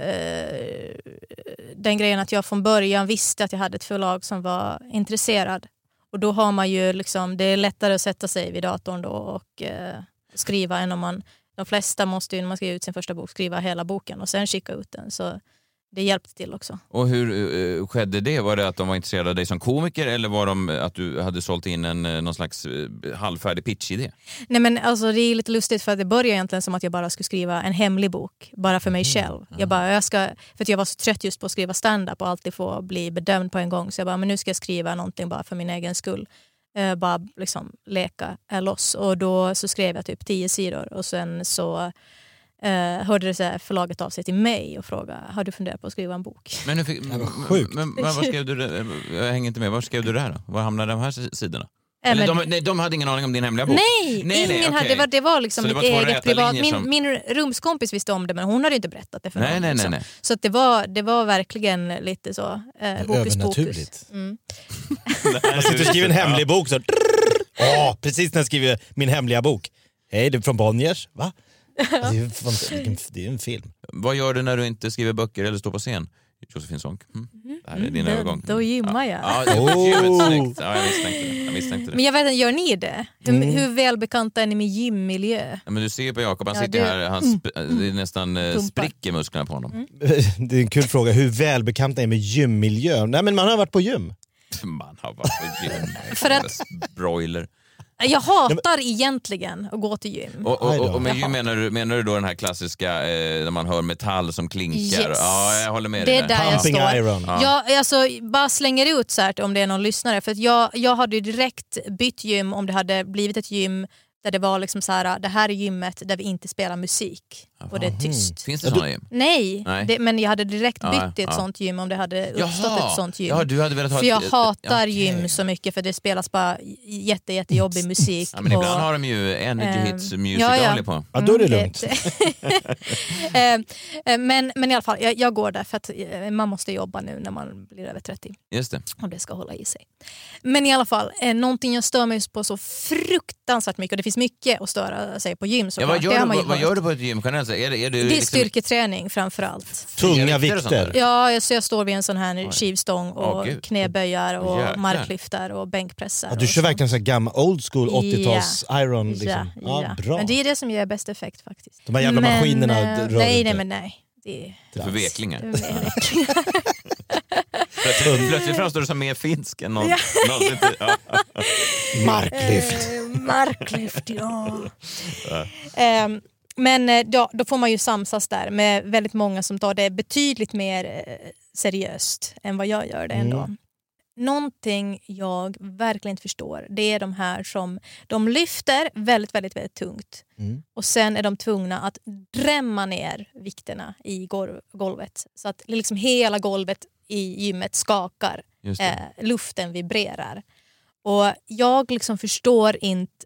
den grejen att jag från början visste att jag hade ett förlag som var intresserad. Och då har man ju liksom, det är lättare att sätta sig vid datorn då och skriva än om man, de flesta måste ju när man ska ge ut sin första bok skriva hela boken och sen skicka ut den. Så det hjälpte till också. Och hur skedde det? Var det att de var intresserade av dig som komiker, eller var de att du hade sålt in någon slags halvfärdig pitch-idé? Nej, men alltså, det är lite lustigt för att det började egentligen som att jag bara skulle skriva en hemlig bok. Bara för mig själv. För att jag var så trött just på att skriva stand-up och alltid få bli bedömd på en gång. Så jag bara, men nu ska jag skriva någonting bara för min egen skull. Bara liksom leka loss. Och då så skrev jag typ 10 sidor och sen så... hörde det så här förlaget av sig till mig och frågade, har du funderat på att skriva en bok? Men vad skrev du? Jag hänger inte med. Var skrev du det här då? Var hamnade de här sidorna? De hade ingen aning om din hemliga bok? Nej, ingen hade. Det var liksom mitt eget privat. Min rumskompis visste om det, men hon hade inte berättat det för någon. Nej. Så att det var verkligen lite så hokus pokus. Jag sitter och skriver en hemlig bok så. Precis när jag skriver min hemliga bok. Hej, det är från Bonniers, va? Det är en film. Vad gör du när du inte skriver böcker eller står på scen? Josefin Sonck. Det här är din övergång. Då gymmar jag. Jag misstänkte det. Men jag vet inte, gör ni det? Hur välbekanta är ni med gymmiljö? Ja, men du ser ju på Jakob, han sitter här, det är nästan spricker musklerna på honom. Det är en kul fråga, hur välbekanta är med gymmiljö? Nej, men man har varit på gym. Man har varit på gym. För att... Broiler. Jag hatar egentligen att gå till gym. Och med gym menar du då den här klassiska när man hör metall som klinkar? Yes. Ja, jag håller med det dig. Det är där jag står. Iron. Jag alltså, bara slänger ut så här om det är någon lyssnare. För att jag hade ju direkt bytt gym om det hade blivit ett gym där det var liksom så här, det här är gymmet där vi inte spelar musik. Och det är tyst. Finns det sådana gym? Nej. Men jag hade direkt bytt till ett sånt gym om det hade uppstått ett sånt gym. Ja, du hade velat ha för jag hatar gym så mycket för det spelas bara jättejobbig musik. Ja, men ibland har de ju Energy Hits Music på. Ja, då är det lugnt. Men i alla fall, jag går där för att man måste jobba nu när man blir över 30. Just det. Och det ska hålla i sig. Men i alla fall, någonting jag stör mig på så fruktansvärt mycket, och det finns mycket att störa sig på gym. Vad gör du på ett gym generellt? Alltså, är det är liksom... styrketräning framförallt. Tunga vikter? Ja, så jag står vid en sån här skivstång och knäböjar och marklyftar och bänkpressar. Ja, du kör verkligen så gammal old school 80-tals iron. Liksom. Ja. Bra. Men det är det som ger bäst effekt faktiskt. De här jävla maskinerna rör Nej. Det är förveklingar. Plötsligt framstår du som mer finsk än någon. Marklyft. Marklyft, ja. Men då får man ju samsas där med väldigt många som tar det betydligt mer seriöst än vad jag gör det ändå. Någonting jag verkligen inte förstår, det är de här som de lyfter väldigt, väldigt, väldigt tungt. Och sen är de tvungna att drämma ner vikterna i golvet. Så att liksom hela golvet i gymmet skakar. Luften vibrerar. Och jag liksom förstår inte...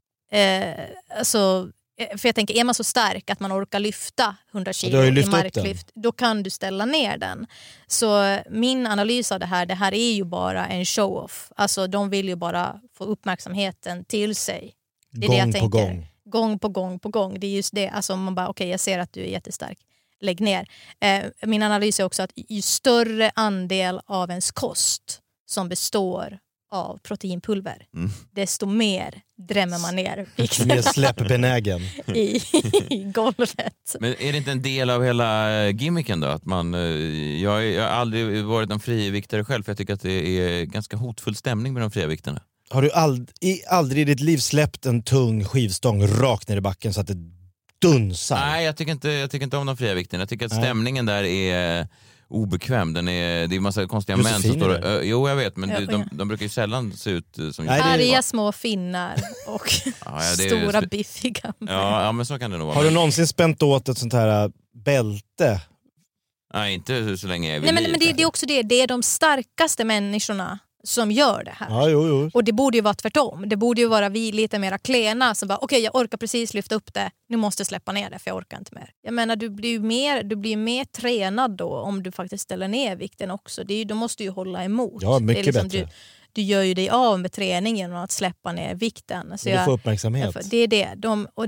för jag tänker, är man så stark att man orkar lyfta 100 kilo i marklyft, då kan du ställa ner den. Så min analys av det här är ju bara en show-off. Alltså de vill ju bara få uppmärksamheten till sig. Det är det jag tänker. Gång på gång. Det är just det. Alltså man bara, okej, jag ser att du är jättestark. Lägg ner. Min analys är också att ju större andel av ens kost som består av proteinpulver, desto mer drämmer man ner vikten. Mer släppbenägen. I golvet. Men är det inte en del av hela gimmicken då? Att man, jag har aldrig varit en friviktare själv, för jag tycker att det är ganska hotfull stämning med de fria vikterna. Har du aldrig i ditt liv släppt en tung skivstång rakt ner i backen så att det dunsar? Nej, jag tycker inte om de fria vikterna. Jag tycker att stämningen där är obekväm. Det är massa konstiga män som står... Jo, jag vet, men de brukar ju sällan se ut som... Arga små finnar och stora biffiga män. Ja, men så kan det nog vara. Har du någonsin spänt åt ett sånt här bälte? Nej, inte så länge jag vill. Nej, men det är också det. Det är de starkaste människorna som gör det här. Ja, jo. Och det borde ju vara tvärtom. Det borde ju vara vi lite mera klena som bara, okej, jag orkar precis lyfta upp det. Nu måste jag släppa ner det för jag orkar inte mer. Jag menar, du blir mer tränad då om du faktiskt ställer ner vikten också. Då måste du ju hålla emot. Ja, mycket det är liksom, bättre. Du gör ju dig av med träning genom att släppa ner vikten. Så du får uppmärksamhet. Det är det.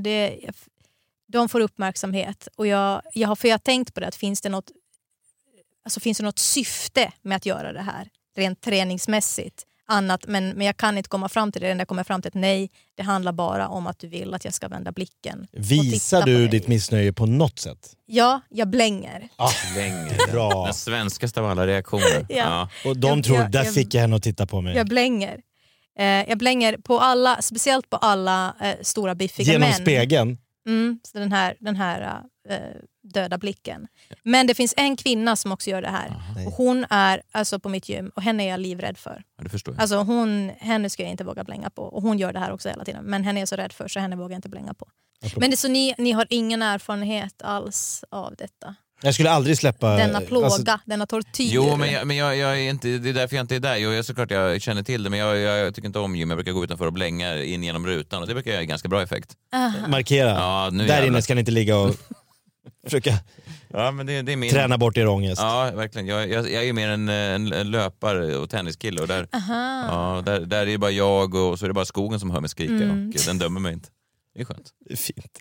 De får uppmärksamhet. Och jag har tänkt på det, att finns det något syfte med att göra det här? Rent träningsmässigt annat, men jag kan inte komma fram till det. Jag kommer fram till att nej, det handlar bara om att du vill att jag ska vända blicken. Visar du ditt missnöje på något sätt? Ja, jag blänger. Blänger. Bra. Den svenskaste av alla reaktioner. Ja. Och de tror, där fick jag henne att titta på mig. Jag blänger. Jag blänger på alla, speciellt på alla stora biffiga män. Genom spegeln? Så den här döda blicken. Men det finns en kvinna som också gör det här. Och hon är alltså på mitt gym och henne är jag livrädd för. Ja, det förstår jag. Alltså henne ska jag inte våga blänga på. Och hon gör det här också hela tiden. Men henne är jag så rädd för så henne vågar jag inte blänga på. Men det, så ni har ingen erfarenhet alls av detta? Jag skulle aldrig släppa... Denna plåga, denna tortyr. Jo, men jag är inte... Det är därför jag inte är där. Jag såklart jag känner till det, men jag tycker inte om gym. Jag brukar gå utanför och blänga in genom rutan. Och det brukar göra ganska bra effekt. Markera. Ja, där inne ska ni inte ligga och försöka men det är min... träna bort er ångest. Ja, verkligen. Jag är ju mer en löpare och tenniskille. Och där är det bara jag och så är det bara skogen som hör mig skrika. Och den dömer mig inte. Det är skönt. Det är fint.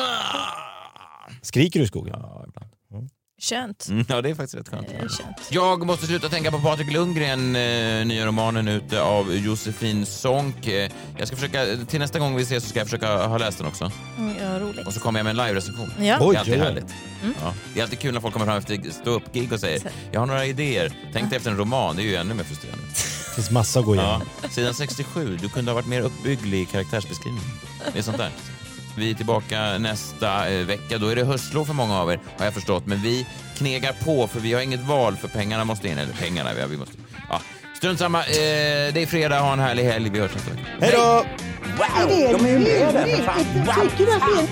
Skriker du i skogen? Ja, ibland. Skönt. Ja, det är faktiskt rätt skönt. Jag måste sluta tänka på Patrik Lundgren, nya romanen ute av Josefin Sonck. Jag ska försöka, till nästa gång vi ses så ska jag försöka ha läst den också. Ja, roligt. Och så kommer jag med en live-recension. Ja. Det är alltid härligt. Ja. Det är alltid kul när folk kommer fram efter stå-upp-gig och säger jag har några idéer. Tänk dig efter en roman, det är ju ännu mer frustrerande. Det finns massa att gå igenom. Sidan 67, du kunde ha varit mer uppbygglig i karaktärsbeskrivning. Det är sånt där. Vi är tillbaka nästa vecka. Då är det höstlov för många av er, har jag förstått. Men vi knegar på, för vi har inget val, för pengarna måste in. Eller pengarna, vi måste... Ja. Strunt samma. Det är fredag, ha en härlig helg. Vi hörs nästa vecka. Hej då! Wow, de är ju med där för fan. Tycker du att det är en